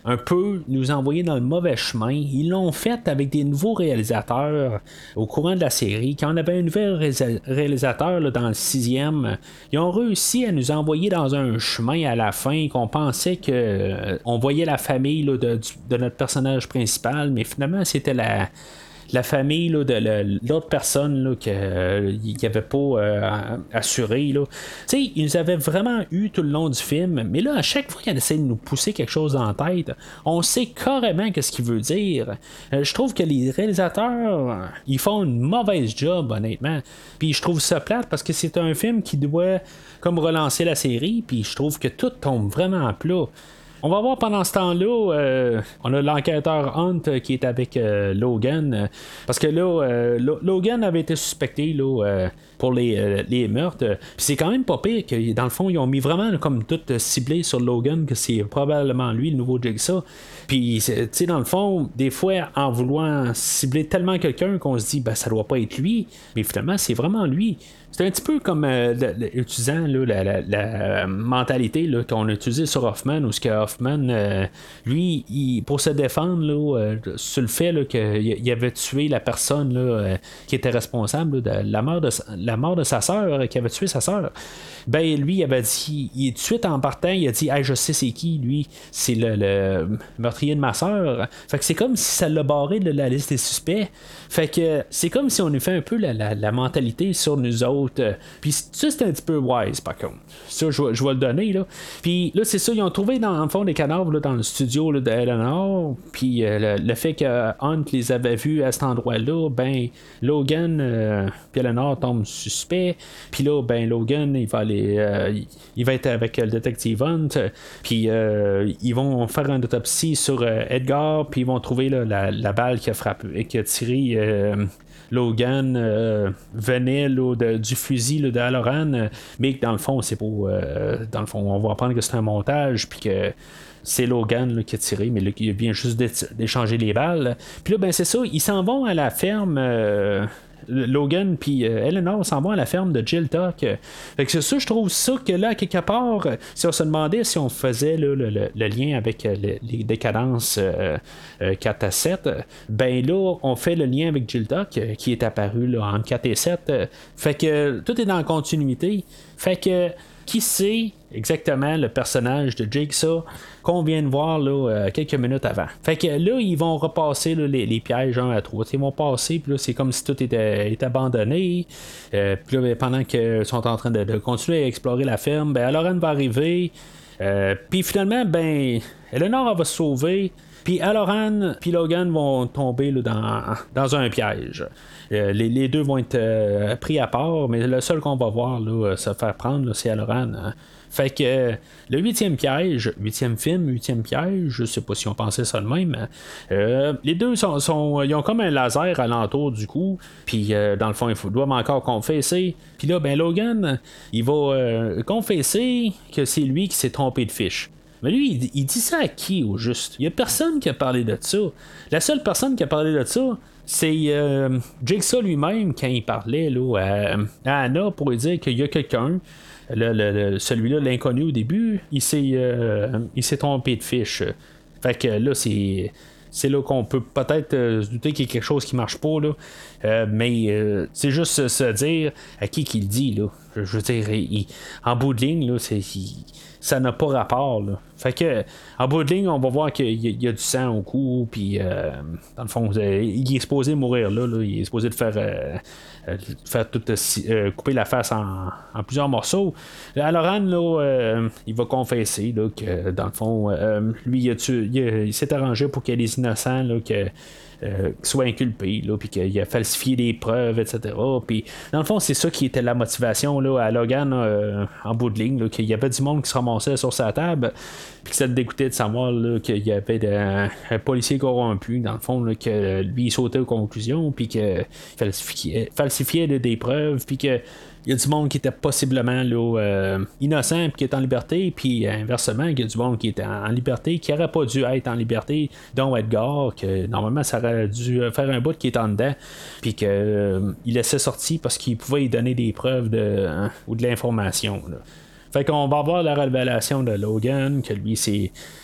un peu nous envoyer dans le mauvais chemin. Ils l'ont fait avec des nouveaux réalisateurs au courant de la série. Quand on avait un nouvel ré- réalisateur là, dans le sixième, ils ont réussi à nous envoyer dans un chemin à la fin qu'on pensait que euh, on voyait la famille là, de, de notre personnage principal, mais finalement c'était la la famille là, de la, l'autre personne là, qu'il euh, n'y avait pas euh, assuré. Tu sais, ils nous avaient vraiment eu tout le long du film, mais là, à chaque fois qu'il essaie de nous pousser quelque chose dans la tête, on sait carrément ce qu'il veut dire. Euh, je trouve que les réalisateurs, ils font une mauvaise job, honnêtement. Puis je trouve ça plate parce que c'est un film qui doit comme relancer la série, puis je trouve que tout tombe vraiment à plat. On va voir pendant ce temps-là, euh, on a l'enquêteur Hunt euh, qui est avec euh, Logan. Euh, parce que là, euh, Lo- Logan avait été suspecté là, euh, pour les, euh, les meurtres. Puis c'est quand même pas pire que dans le fond, ils ont mis vraiment là, comme tout euh, ciblé sur Logan, que c'est probablement lui, le nouveau Jigsaw. Puis, tu sais, dans le fond, des fois, en voulant cibler tellement quelqu'un qu'on se dit, ben, ça doit pas être lui. Mais finalement, c'est vraiment lui. C'est un petit peu comme euh, le, le, utilisant là, la, la, la mentalité là, qu'on a utilisée sur Hoffman, où ce que Hoffman, euh, lui, il, pour se défendre là, euh, sur le fait là, qu'il avait tué la personne là, euh, qui était responsable là, de la mort de, la mort de sa sœur, euh, qui avait tué sa sœur, ben lui, il avait dit, il, tout de suite en partant, il a dit, hey, je sais c'est qui, lui, c'est le, le meurtrier de ma sœur. Fait que c'est comme si ça l'a barré de la liste des suspects. Fait que c'est comme si on nous fait un peu la, la, la mentalité sur nous autres. Puis ça, c'est un petit peu wise, par contre. Ça, je, je vais le donner, là. Puis là, c'est ça, ils ont trouvé dans le fond des cadavres là, dans le studio là, d'Eleanor. Puis euh, le, le fait que Hunt les avait vus à cet endroit-là, ben, Logan euh, puis Eleanor tombent suspects. Puis là, ben, Logan, il va aller, euh, il va être avec le détective Hunt. Puis euh, ils vont faire une autopsie sur euh, Edgar. Puis ils vont trouver là, la, la balle qui a frappé, qui a tiré. Euh, Logan euh, venait là, de, du fusil là, de Halloran, euh, mais dans le fond, c'est pour. Euh, dans le fond, on va apprendre que c'est un montage, puis que c'est Logan là, qui a tiré, mais là, qui vient juste d'échanger les balles. Puis là, ben c'est ça, ils s'en vont à la ferme. Euh, Logan puis euh, Eleanor s'en vont à la ferme de Jill Tuck. Fait que c'est ça, je trouve ça que là, quelque part, si on se demandait si on faisait là, le, le, le lien avec euh, les, les décadences euh, euh, quatre à sept, ben là, on fait le lien avec Jill Tuck euh, qui est apparu là, entre quatre et sept. Fait que tout est dans la continuité. Fait que qui sait exactement le personnage de Jigsaw qu'on vient de voir là, euh, quelques minutes avant. Fait que là, ils vont repasser là, les, les pièges un à trois. Ils vont passer, puis là, c'est comme si tout était, était abandonné. Euh, puis là, ben, pendant qu'ils sont en train de, de continuer à explorer la ferme, ben, Halloran va arriver. Euh, puis finalement, ben, Eleanor va se sauver. Puis Halloran puis Logan vont tomber là, dans, dans un piège. Euh, les, les deux vont être euh, pris à part, mais le seul qu'on va voir là, se faire prendre, là, c'est Halloran. Hein. Fait que euh, le huitième piège, huitième film, huitième piège, je sais pas si on pensait ça de même. Euh, les deux sont, sont, ils ont comme un laser alentour du cou, puis euh, dans le fond, ils doivent encore confesser. Puis là, ben Logan, il va euh, confesser que c'est lui qui s'est trompé de fiche. Mais lui, il, il dit ça à qui au juste? Il n'y a personne qui a parlé de ça. La seule personne qui a parlé de ça, c'est euh, Jigsaw lui-même quand il parlait là, à, à Anna pour lui dire qu'il y a quelqu'un. Le, le, le, celui-là, l'inconnu au début, il s'est, euh, il s'est trompé de fiche. Fait que là, c'est. C'est là qu'on peut peut-être euh, se douter qu'il y a quelque chose qui marche pas, là. Euh, mais euh, c'est juste se dire à qui qu'il dit, là. Je veux dire, il, il, en bout de ligne, là, c'est, il, ça n'a pas rapport, là. Fait que, en bout de ligne, on va voir qu'il y a, il y a du sang au cou, puis euh, dans le fond, il est supposé mourir là, là. Il est supposé de faire, euh, faire tout, euh, couper la face en, en plusieurs morceaux. Halloran, là, euh, il va confesser là, que, dans le fond, euh, lui, il, a tué, il, a, il s'est arrangé pour qu'il y ait des innocents, là, que Euh, soit inculpé, là, puis qu'il a falsifié des preuves, et cetera. Puis, dans le fond, c'est ça qui était la motivation là, à Logan euh, en bout de ligne, là, qu'il y avait du monde qui se ramassait sur sa table, puis que ça le dégoûtait de savoir là, qu'il y avait de, un, un policier corrompu, dans le fond, là, que lui, il sautait aux conclusions, puis qu'il falsifiait, falsifiait là, des preuves, puis que il y a du monde qui était possiblement là, euh, innocent puis qui est en liberté, puis inversement, il y a du monde qui était en, en liberté, qui n'aurait pas dû être en liberté, dont Edgar, que normalement ça aurait dû faire un bout qui est en dedans, puis qu'il euh, laissait sortir parce qu'il pouvait y donner des preuves de, hein, ou de l'information. Là. Fait qu'on va voir la révélation de Logan, que lui c'est.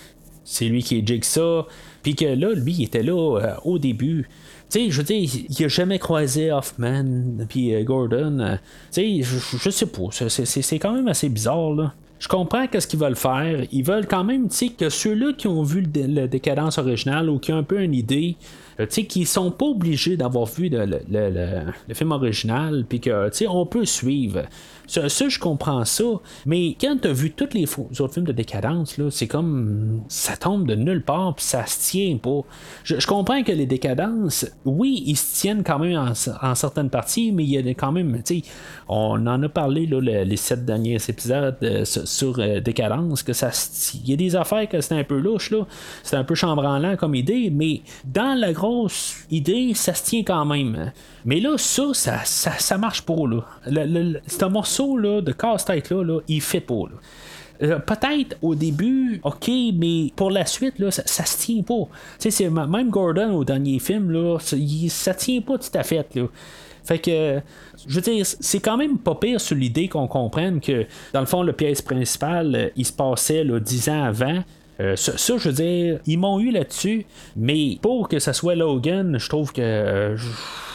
c'est lui qui est Jigsaw, puis que là, lui, il était là euh, au début. Tu sais, je veux dire, il a jamais croisé Hoffman puis euh, Gordon. Euh, tu sais, je, je sais pas, c'est, c'est, c'est quand même assez bizarre, là. Je comprends qu'est-ce qu'ils veulent faire. Ils veulent quand même, tu sais, que ceux-là qui ont vu le, le Décadence original ou qui ont un peu une idée, tu sais, qui sont pas obligés d'avoir vu le, le, le, le film original, puis que, tu sais, on peut suivre. Ça, ça, je comprends ça, mais quand tu as vu tous les autres films de Décadence, là, c'est comme ça tombe de nulle part, puis ça se tient pas. Je, je comprends que les Décadences, oui, ils se tiennent quand même en, en certaines parties, mais il y a quand même, tu sais, on en a parlé là, le, les sept derniers épisodes euh, sur, sur euh, Décadence, que ça se il y a des affaires que c'est un peu louche, là, c'est un peu chambranlant comme idée, mais dans la grosse idée, ça se tient quand même. Mais là, ça, ça, ça, ça marche pas, là. Le, le, c'est un morceau là, de casse-tête là, là, il fait pas. Là. Euh, peut-être au début, ok, mais pour la suite, là, ça, ça se tient pas. Tu sais, c'est même Gordon au dernier film, là, ça, il, ça tient pas tout à fait. Là. Fait que, je veux dire, c'est quand même pas pire sur l'idée qu'on comprenne que, dans le fond, le pièce principal, il se passait là, dix ans avant. Euh, ça, ça, je veux dire, ils m'ont eu là-dessus, mais pour que ça soit Logan, je trouve que euh, je,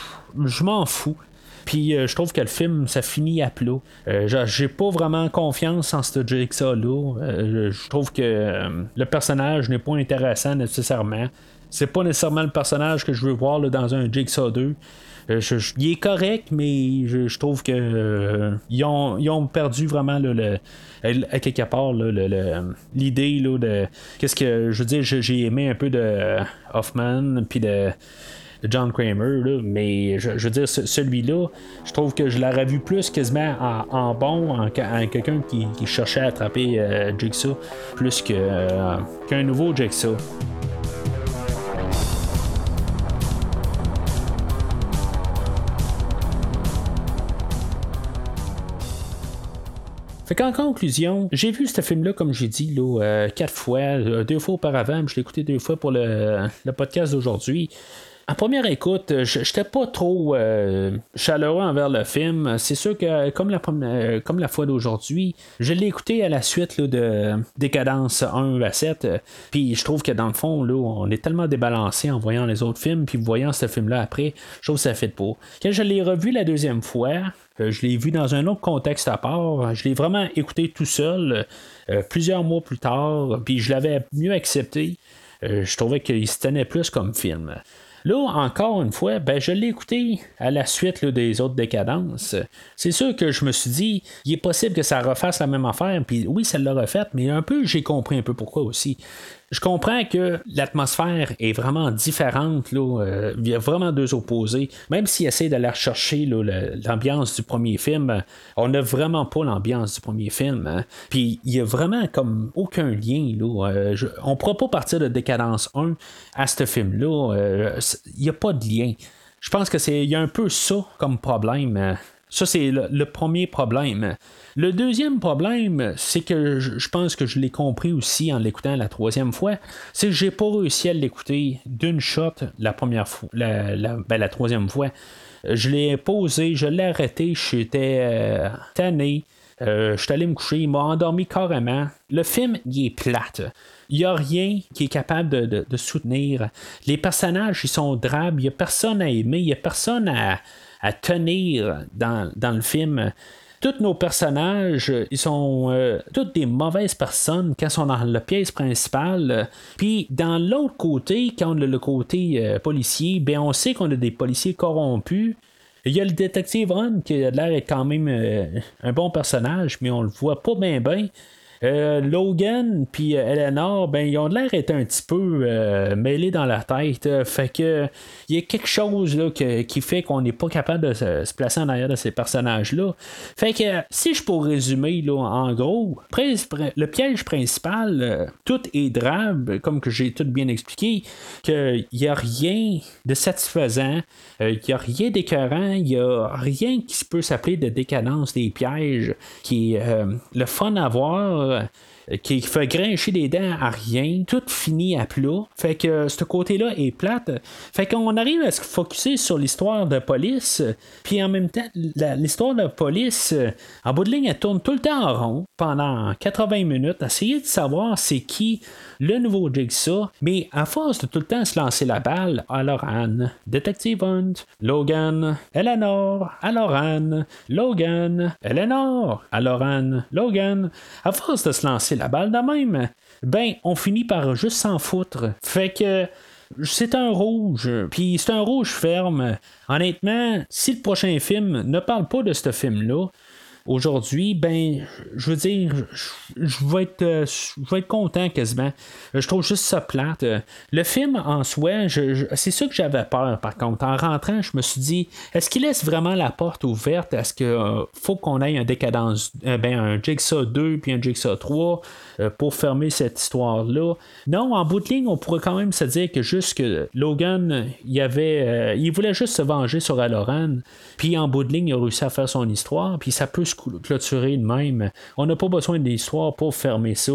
je m'en fous. Puis euh, je trouve que le film, ça finit à plat. Euh, j'ai pas vraiment confiance en ce Jigsaw-là. Euh, je trouve que euh, le personnage n'est pas intéressant nécessairement. C'est pas nécessairement le personnage que je veux voir là, dans un Jigsaw deux. Euh, je, je, il est correct, mais je, je trouve que euh, ils, ont, ils ont perdu vraiment là, le, à quelque part là, le, le, l'idée là, de qu'est-ce que je veux dire. J'ai aimé un peu de Hoffman puis de John Kramer, là, mais je, je veux dire, ce, celui-là, je trouve que je l'aurais vu plus quasiment en, en bon, en, en quelqu'un qui, qui cherchait à attraper euh, Jigsaw, plus que, euh, qu'un nouveau Jigsaw. Fait qu'en conclusion, j'ai vu ce film-là, comme j'ai dit, là, euh, quatre fois, euh, deux fois auparavant, je l'ai écouté deux fois pour le, le podcast d'aujourd'hui. En première écoute, je n'étais pas trop euh, chaleureux envers le film. C'est sûr que, comme la, première, comme la fois d'aujourd'hui, je l'ai écouté à la suite là, de Décadence un à sept. Puis je trouve que dans le fond, là, on est tellement débalancé en voyant les autres films, puis voyant ce film-là après, je trouve que ça ne fait pas. Quand je l'ai revu la deuxième fois, euh, je l'ai vu dans un autre contexte à part. Je l'ai vraiment écouté tout seul, euh, plusieurs mois plus tard, puis je l'avais mieux accepté. Euh, je trouvais qu'il se tenait plus comme film. Là, encore une fois, ben, je l'ai écouté à la suite là, des autres Décadences. C'est sûr que je me suis dit, il est possible que ça refasse la même affaire, puis oui, ça l'a refait, mais un peu, j'ai compris un peu pourquoi aussi. Je comprends que l'atmosphère est vraiment différente. Là. Euh, il y a vraiment deux opposés. Même s'ils essaient d'aller rechercher là, l'ambiance du premier film, on n'a vraiment pas l'ambiance du premier film. Hein. Puis il n'y a vraiment comme aucun lien. Là. Euh, je, on ne pourra pas partir de Décadence un à ce film-là. Euh, il n'y a pas de lien. Je pense que c'est il y a un peu ça comme problème. Ça, c'est le, le premier problème. Le deuxième problème, c'est que je, je pense que je l'ai compris aussi en l'écoutant la troisième fois, c'est que j'ai pas réussi à l'écouter d'une shot la première fois, la, la, ben, la troisième fois. Je l'ai posé, je l'ai arrêté, j'étais euh, tanné. Euh, je suis allé me coucher, il m'a endormi carrément. Le film, il est plate. Il n'y a rien qui est capable de, de, de soutenir. Les personnages, ils sont drabes. Il n'y a personne à aimer. Il n'y a personne à, à tenir dans, dans le film. Tous nos personnages, ils sont euh, toutes des mauvaises personnes quand ils sont dans la pièce principale. Puis dans l'autre côté, quand on a le côté euh, policier, ben on sait qu'on a des policiers corrompus. Il y a le détective Ron qui a l'air d'être quand même euh, un bon personnage, mais on le voit pas bien bien. Euh, Logan puis Eleanor, ben ils ont l'air d'être un petit peu euh, mêlés dans la tête. Euh, fait que il y a quelque chose là, que, qui fait qu'on n'est pas capable de se, se placer en arrière de ces personnages-là. Fait que si je peux résumer là, en gros, le piège principal, euh, tout est drabe, comme que j'ai tout bien expliqué, qu'il n'y a rien de satisfaisant, il euh, n'y a rien d'écœurant, il n'y a rien qui peut s'appeler de décadence des pièges, qui est euh, le fun à voir. qui fait grincher des dents à rien, tout finit à plat. Fait que ce côté-là est plate. Fait qu'on arrive à se focusser sur l'histoire de police, puis en même temps, la, l'histoire de police, en bout de ligne, elle tourne tout le temps en rond pendant quatre-vingts minutes, essayer de savoir c'est qui le nouveau Jigsaw, mais à force de tout le temps se lancer la balle, alors Anne, Detective Hunt, Logan, Eleanor, alors Anne, Logan, Eleanor, alors Anne, Logan, à force de se lancer la balle de même, ben, on finit par juste s'en foutre. Fait que c'est un rouge, puis c'est un rouge ferme. Honnêtement, si le prochain film ne parle pas de ce film-là, aujourd'hui, ben, je veux dire, je, je vais être, euh, je vais être content quasiment. Je trouve juste ça plate. Le film en soi, je, je, c'est ça que j'avais peur. Par contre, en rentrant, je me suis dit, est-ce qu'il laisse vraiment la porte ouverte? Est-ce qu'il euh, faut qu'on ait un décadence, euh, ben, un Jigsaw deux puis un Jigsaw trois euh, pour fermer cette histoire-là? Non, en bout de ligne, on pourrait quand même se dire que juste que Logan, il avait, euh, il voulait juste se venger sur Halloran. Puis en bout de ligne, il a réussi à faire son histoire. Puis ça peut se clôturer de même. On n'a pas besoin d'histoire pour fermer ça.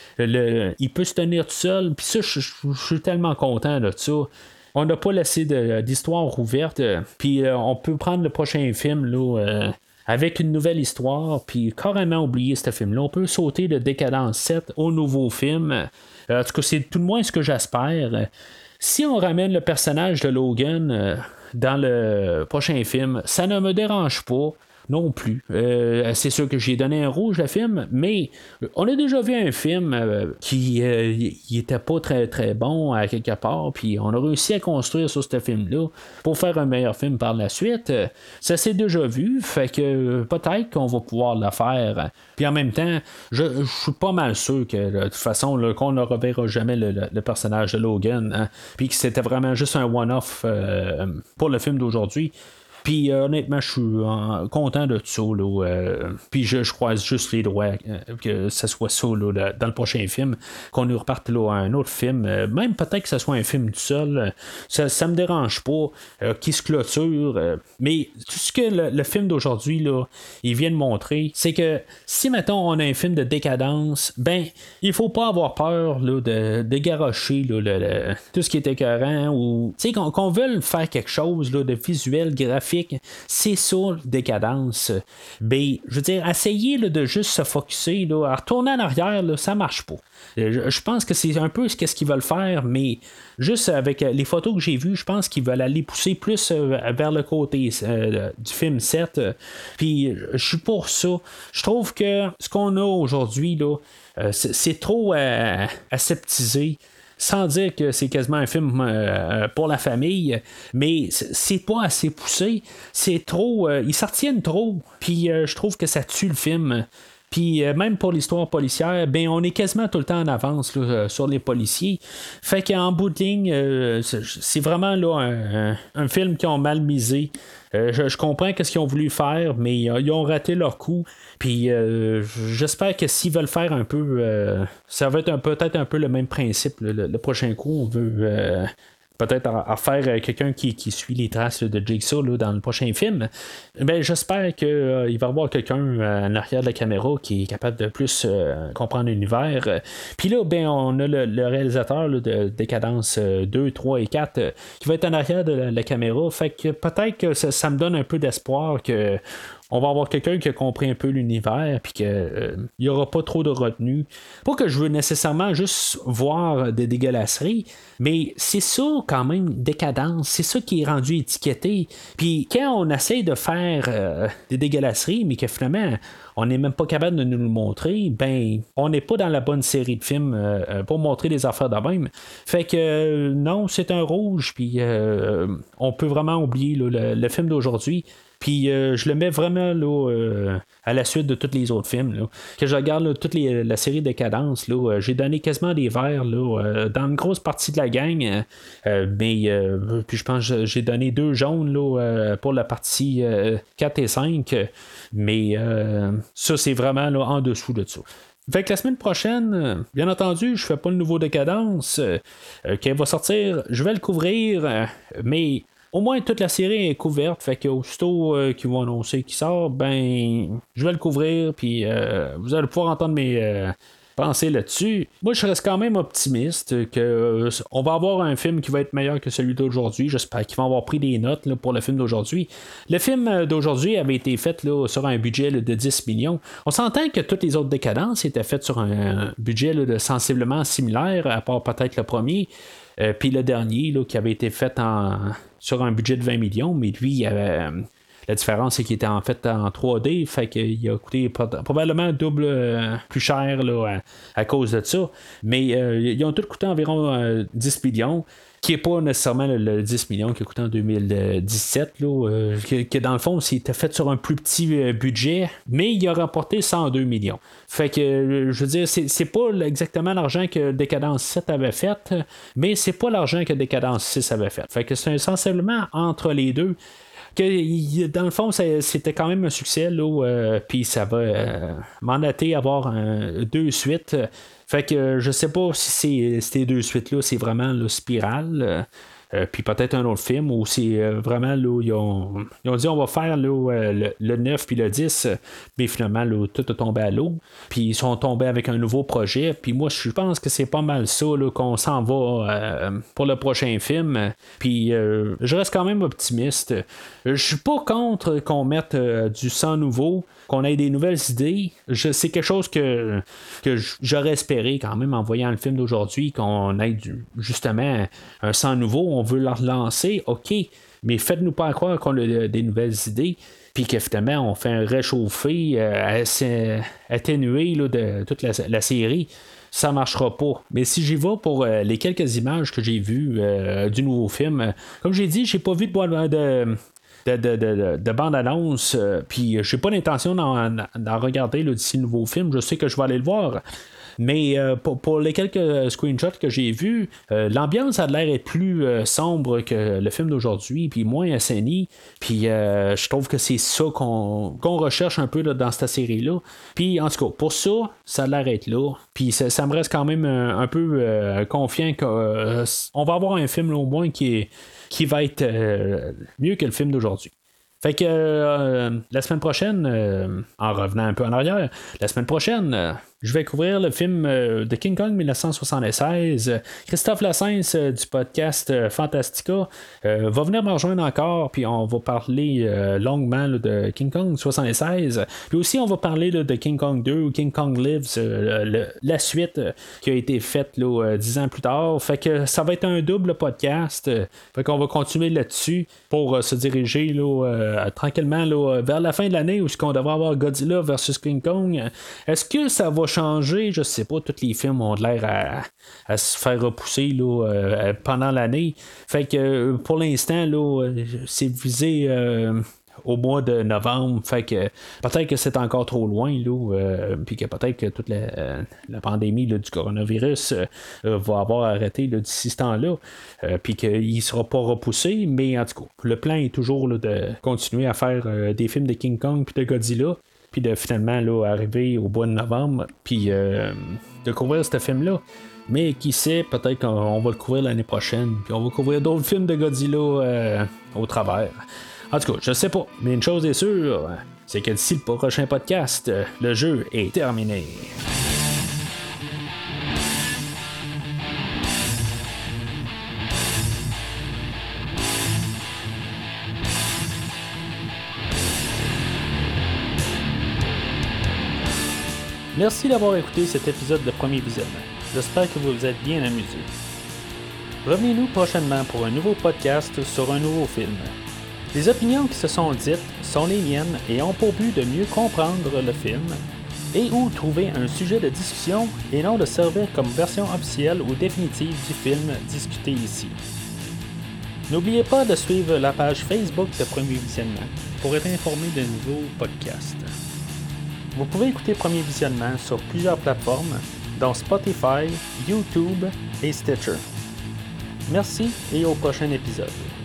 Le, il peut se tenir tout seul. Puis ça, je, je, je suis tellement content de ça. On n'a pas laissé de, d'histoire ouverte. Puis euh, on peut prendre le prochain film là, euh, avec une nouvelle histoire. Puis carrément oublier ce film-là. On peut sauter de Décadence sept au nouveau film. Euh, en tout cas, c'est tout le moins ce que j'espère. Si on ramène le personnage de Logan euh, dans le prochain film, ça ne me dérange pas. Non plus. Euh, c'est sûr que j'ai donné un rouge le film, mais on a déjà vu un film euh, qui euh, il était pas très très bon à quelque part, puis on a réussi à construire sur ce film-là pour faire un meilleur film par la suite. Ça s'est déjà vu, fait que peut-être qu'on va pouvoir le faire. Puis en même temps, je, je suis pas mal sûr que de toute façon là, qu'on ne reverra jamais le, le, le personnage de Logan, hein, puis que c'était vraiment juste un one-off euh, pour le film d'aujourd'hui. Puis euh, honnêtement, je suis euh, content de ça. Là, euh, puis je, je croise juste les droits euh, que ce soit ça là, dans le prochain film, qu'on nous reparte là, à un autre film. Euh, même peut-être que ce soit un film tout seul. Euh, ça, ça me dérange pas. Euh, qui se clôture. Euh, mais tout ce que le, le film d'aujourd'hui, là, il vient de montrer, c'est que si mettons on a un film de décadence, ben il faut pas avoir peur là, de, de garrocher là, le, le, tout ce qui est écœurant ou qu'on, qu'on veuille faire quelque chose là, de visuel, graphique. C'est ça, décadence. Ben, je veux dire, essayer là, de juste se focusser, là, à retourner en arrière, là, ça marche pas. Je, je pense que c'est un peu ce qu'ils veulent faire, mais juste avec les photos que j'ai vues, je pense qu'ils veulent aller pousser plus vers le côté euh, du film sept. Puis, je suis pour ça. Je trouve que ce qu'on a aujourd'hui, là, euh, c'est, c'est trop euh, aseptisé. Sans dire que c'est quasiment un film euh, pour la famille, mais c'est pas assez poussé. C'est trop. Euh, ils s'en retiennent trop. Puis euh, je trouve que ça tue le film. Puis euh, même pour l'histoire policière, ben on est quasiment tout le temps en avance là, sur les policiers. Fait qu'en bout de ligne, euh, c'est vraiment là un, un, un film qui ont mal misé. Euh, je, je comprends ce qu'ils ont voulu faire, mais euh, ils ont raté leur coup. Puis euh, j'espère que s'ils veulent faire un peu, euh, ça va être un, peut-être un peu le même principe. Le, le prochain coup, on veut euh, peut-être à, à faire euh, quelqu'un qui, qui suit les traces là, de Jigsaw là, dans le prochain film. Ben, j'espère qu'il euh, va y avoir quelqu'un euh, en arrière de la caméra qui est capable de plus euh, comprendre l'univers. Puis là, ben, on a le, le réalisateur là, de Décadence deux, trois et quatre euh, qui va être en arrière de la, la caméra. Fait que peut-être que ça, ça me donne un peu d'espoir que on va avoir quelqu'un qui a compris un peu l'univers puis qu'il euh, n'y aura pas trop de retenue. Pas que je veux nécessairement juste voir des dégueulasseries, mais c'est ça quand même, décadence, c'est ça qui est rendu étiqueté. Puis quand on essaie de faire euh, des dégueulasseries, mais que finalement on n'est même pas capable de nous le montrer, ben on n'est pas dans la bonne série de films euh, pour montrer des affaires de même. Fait que euh, non, c'est un rouge, puis euh, on peut vraiment oublier là, le, le film d'aujourd'hui. Puis euh, je le mets vraiment là, euh, à la suite de tous les autres films. Là. Que je regarde là, toute les, la série Décadence, là, euh, j'ai donné quasiment des verres là, euh, dans une grosse partie de la gang. Euh, mais euh, puis je pense que j'ai donné deux jaunes là, euh, pour la partie euh, quatre et cinq. Mais euh, ça, c'est vraiment là, en dessous de ça. Fait que la semaine prochaine, bien entendu, je fais pas le nouveau Décadence euh, qui va sortir. Je vais le couvrir, euh, mais au moins toute la série est couverte. Fait que aussitôt euh, qu'ils vont annoncer qu'il sort, ben je vais le couvrir. Puis euh, vous allez pouvoir entendre mes, euh, penser là-dessus. Moi, je reste quand même optimiste que euh, on va avoir un film qui va être meilleur que celui d'aujourd'hui. J'espère qu'ils vont avoir pris des notes là, pour le film d'aujourd'hui. Le film d'aujourd'hui avait été fait là, sur un budget là, de dix millions. On s'entend que toutes les autres décadences étaient faites sur un budget là, de sensiblement similaire, à part peut-être le premier. Euh, puis le dernier là, qui avait été fait en, sur un budget de vingt millions, mais lui, il avait. La différence, c'est qu'il était en fait en trois D, fait qu'il a coûté probablement double euh, plus cher là, à, à cause de ça. Mais euh, ils ont tous coûté environ euh, dix millions, qui n'est pas nécessairement le, le dix millions qui a coûté en deux mille dix-sept, là, euh, que, que dans le fond, c'était fait sur un plus petit euh, budget, mais il a rapporté cent deux millions. Fait que, euh, je veux dire, c'est, c'est pas exactement l'argent que Décadence sept avait fait, mais c'est pas l'argent que Décadence six avait fait. Fait que c'est essentiellement entre les deux. Que, dans le fond, c'était quand même un succès, là, euh, puis ça va euh, mandater avoir un, deux suites. Fait que je sais pas si c'est, ces deux suites-là, c'est vraiment le Spirale. Euh, Euh, puis peut-être un autre film où c'est euh, vraiment là, ils ont, ils ont dit on va faire là, euh, le, le neuf puis le dix, mais finalement là, tout est tombé à l'eau. Puis ils sont tombés avec un nouveau projet. Puis moi je pense que c'est pas mal ça là, qu'on s'en va euh, pour le prochain film. Puis euh, je reste quand même optimiste. Je suis pas contre qu'on mette euh, du sang nouveau, qu'on ait des nouvelles idées. Je, c'est quelque chose que, que j'aurais espéré quand même en voyant le film d'aujourd'hui, qu'on ait du, justement un sang nouveau. On veut le relancer, ok, mais faites-nous pas croire qu'on a des nouvelles idées, puis qu'effectivement on fait un réchauffé euh, assez atténué là, de toute la, la série. Ça marchera pas. Mais si j'y vais pour euh, les quelques images que j'ai vues euh, du nouveau film, euh, comme j'ai dit, j'ai pas vu de boîte de. De, de, de, de bande-annonce, euh, puis j'ai pas l'intention d'en, d'en regarder là, d'ici le nouveau film. Je sais que je vais aller le voir. Mais euh, pour, pour les quelques screenshots que j'ai vus, euh, l'ambiance a l'air être plus euh, sombre que le film d'aujourd'hui, puis moins assaini. Puis euh, je trouve que c'est ça qu'on, qu'on recherche un peu là, dans cette série-là. Puis en tout cas, pour ça, ça a l'air être là. Puis ça, ça me reste quand même un, un peu euh, confiant qu'on euh, va avoir un film là, au moins qui, est, qui va être euh, mieux que le film d'aujourd'hui. Fait que euh, la semaine prochaine, euh, en revenant un peu en arrière, la semaine prochaine, euh, je vais couvrir le film euh, de King Kong dix-neuf soixante-seize. Christophe Lassens euh, du podcast euh, Fantastica euh, va venir me rejoindre encore, puis on va parler euh, longuement là, de King Kong soixante-seize. Puis aussi, on va parler là, de King Kong deux ou King Kong Lives, euh, le, la suite euh, qui a été faite là, euh, dix ans plus tard. Fait que ça va être un double podcast. Euh, fait qu'on va continuer là-dessus pour euh, se diriger là, euh, tranquillement là, vers la fin de l'année où ce qu'on devrait avoir Godzilla versus King Kong. Est-ce que ça va changer? Je sais pas, tous les films ont l'air à, à se faire repousser là, euh, pendant l'année. Fait que pour l'instant, là, c'est visé euh, au mois de novembre. Fait que peut-être que c'est encore trop loin, là, euh, puis que peut-être que toute la, la pandémie là, du coronavirus euh, va avoir arrêté là, d'ici ce temps-là, euh, puis qu'il ne sera pas repoussé. Mais en tout cas, le plan est toujours là, de continuer à faire euh, des films de King Kong puis de Godzilla, puis de finalement là, arriver au mois de novembre, puis euh, de couvrir ce film-là. Mais qui sait, peut-être qu'on va le couvrir l'année prochaine, puis on va couvrir d'autres films de Godzilla euh, au travers. En tout cas, je sais pas, mais une chose est sûre, c'est que d'ici le prochain podcast, le jeu est terminé. Merci d'avoir écouté cet épisode de Premier Visionnement. J'espère que vous vous êtes bien amusés. Revenez-nous prochainement pour un nouveau podcast sur un nouveau film. Les opinions qui se sont dites sont les miennes et ont pour but de mieux comprendre le film et ou trouver un sujet de discussion et non de servir comme version officielle ou définitive du film discuté ici. N'oubliez pas de suivre la page Facebook de Premier Visionnement pour être informé de nouveaux podcasts. Vous pouvez écouter Premier Visionnement sur plusieurs plateformes, dont Spotify, YouTube et Stitcher. Merci et au prochain épisode.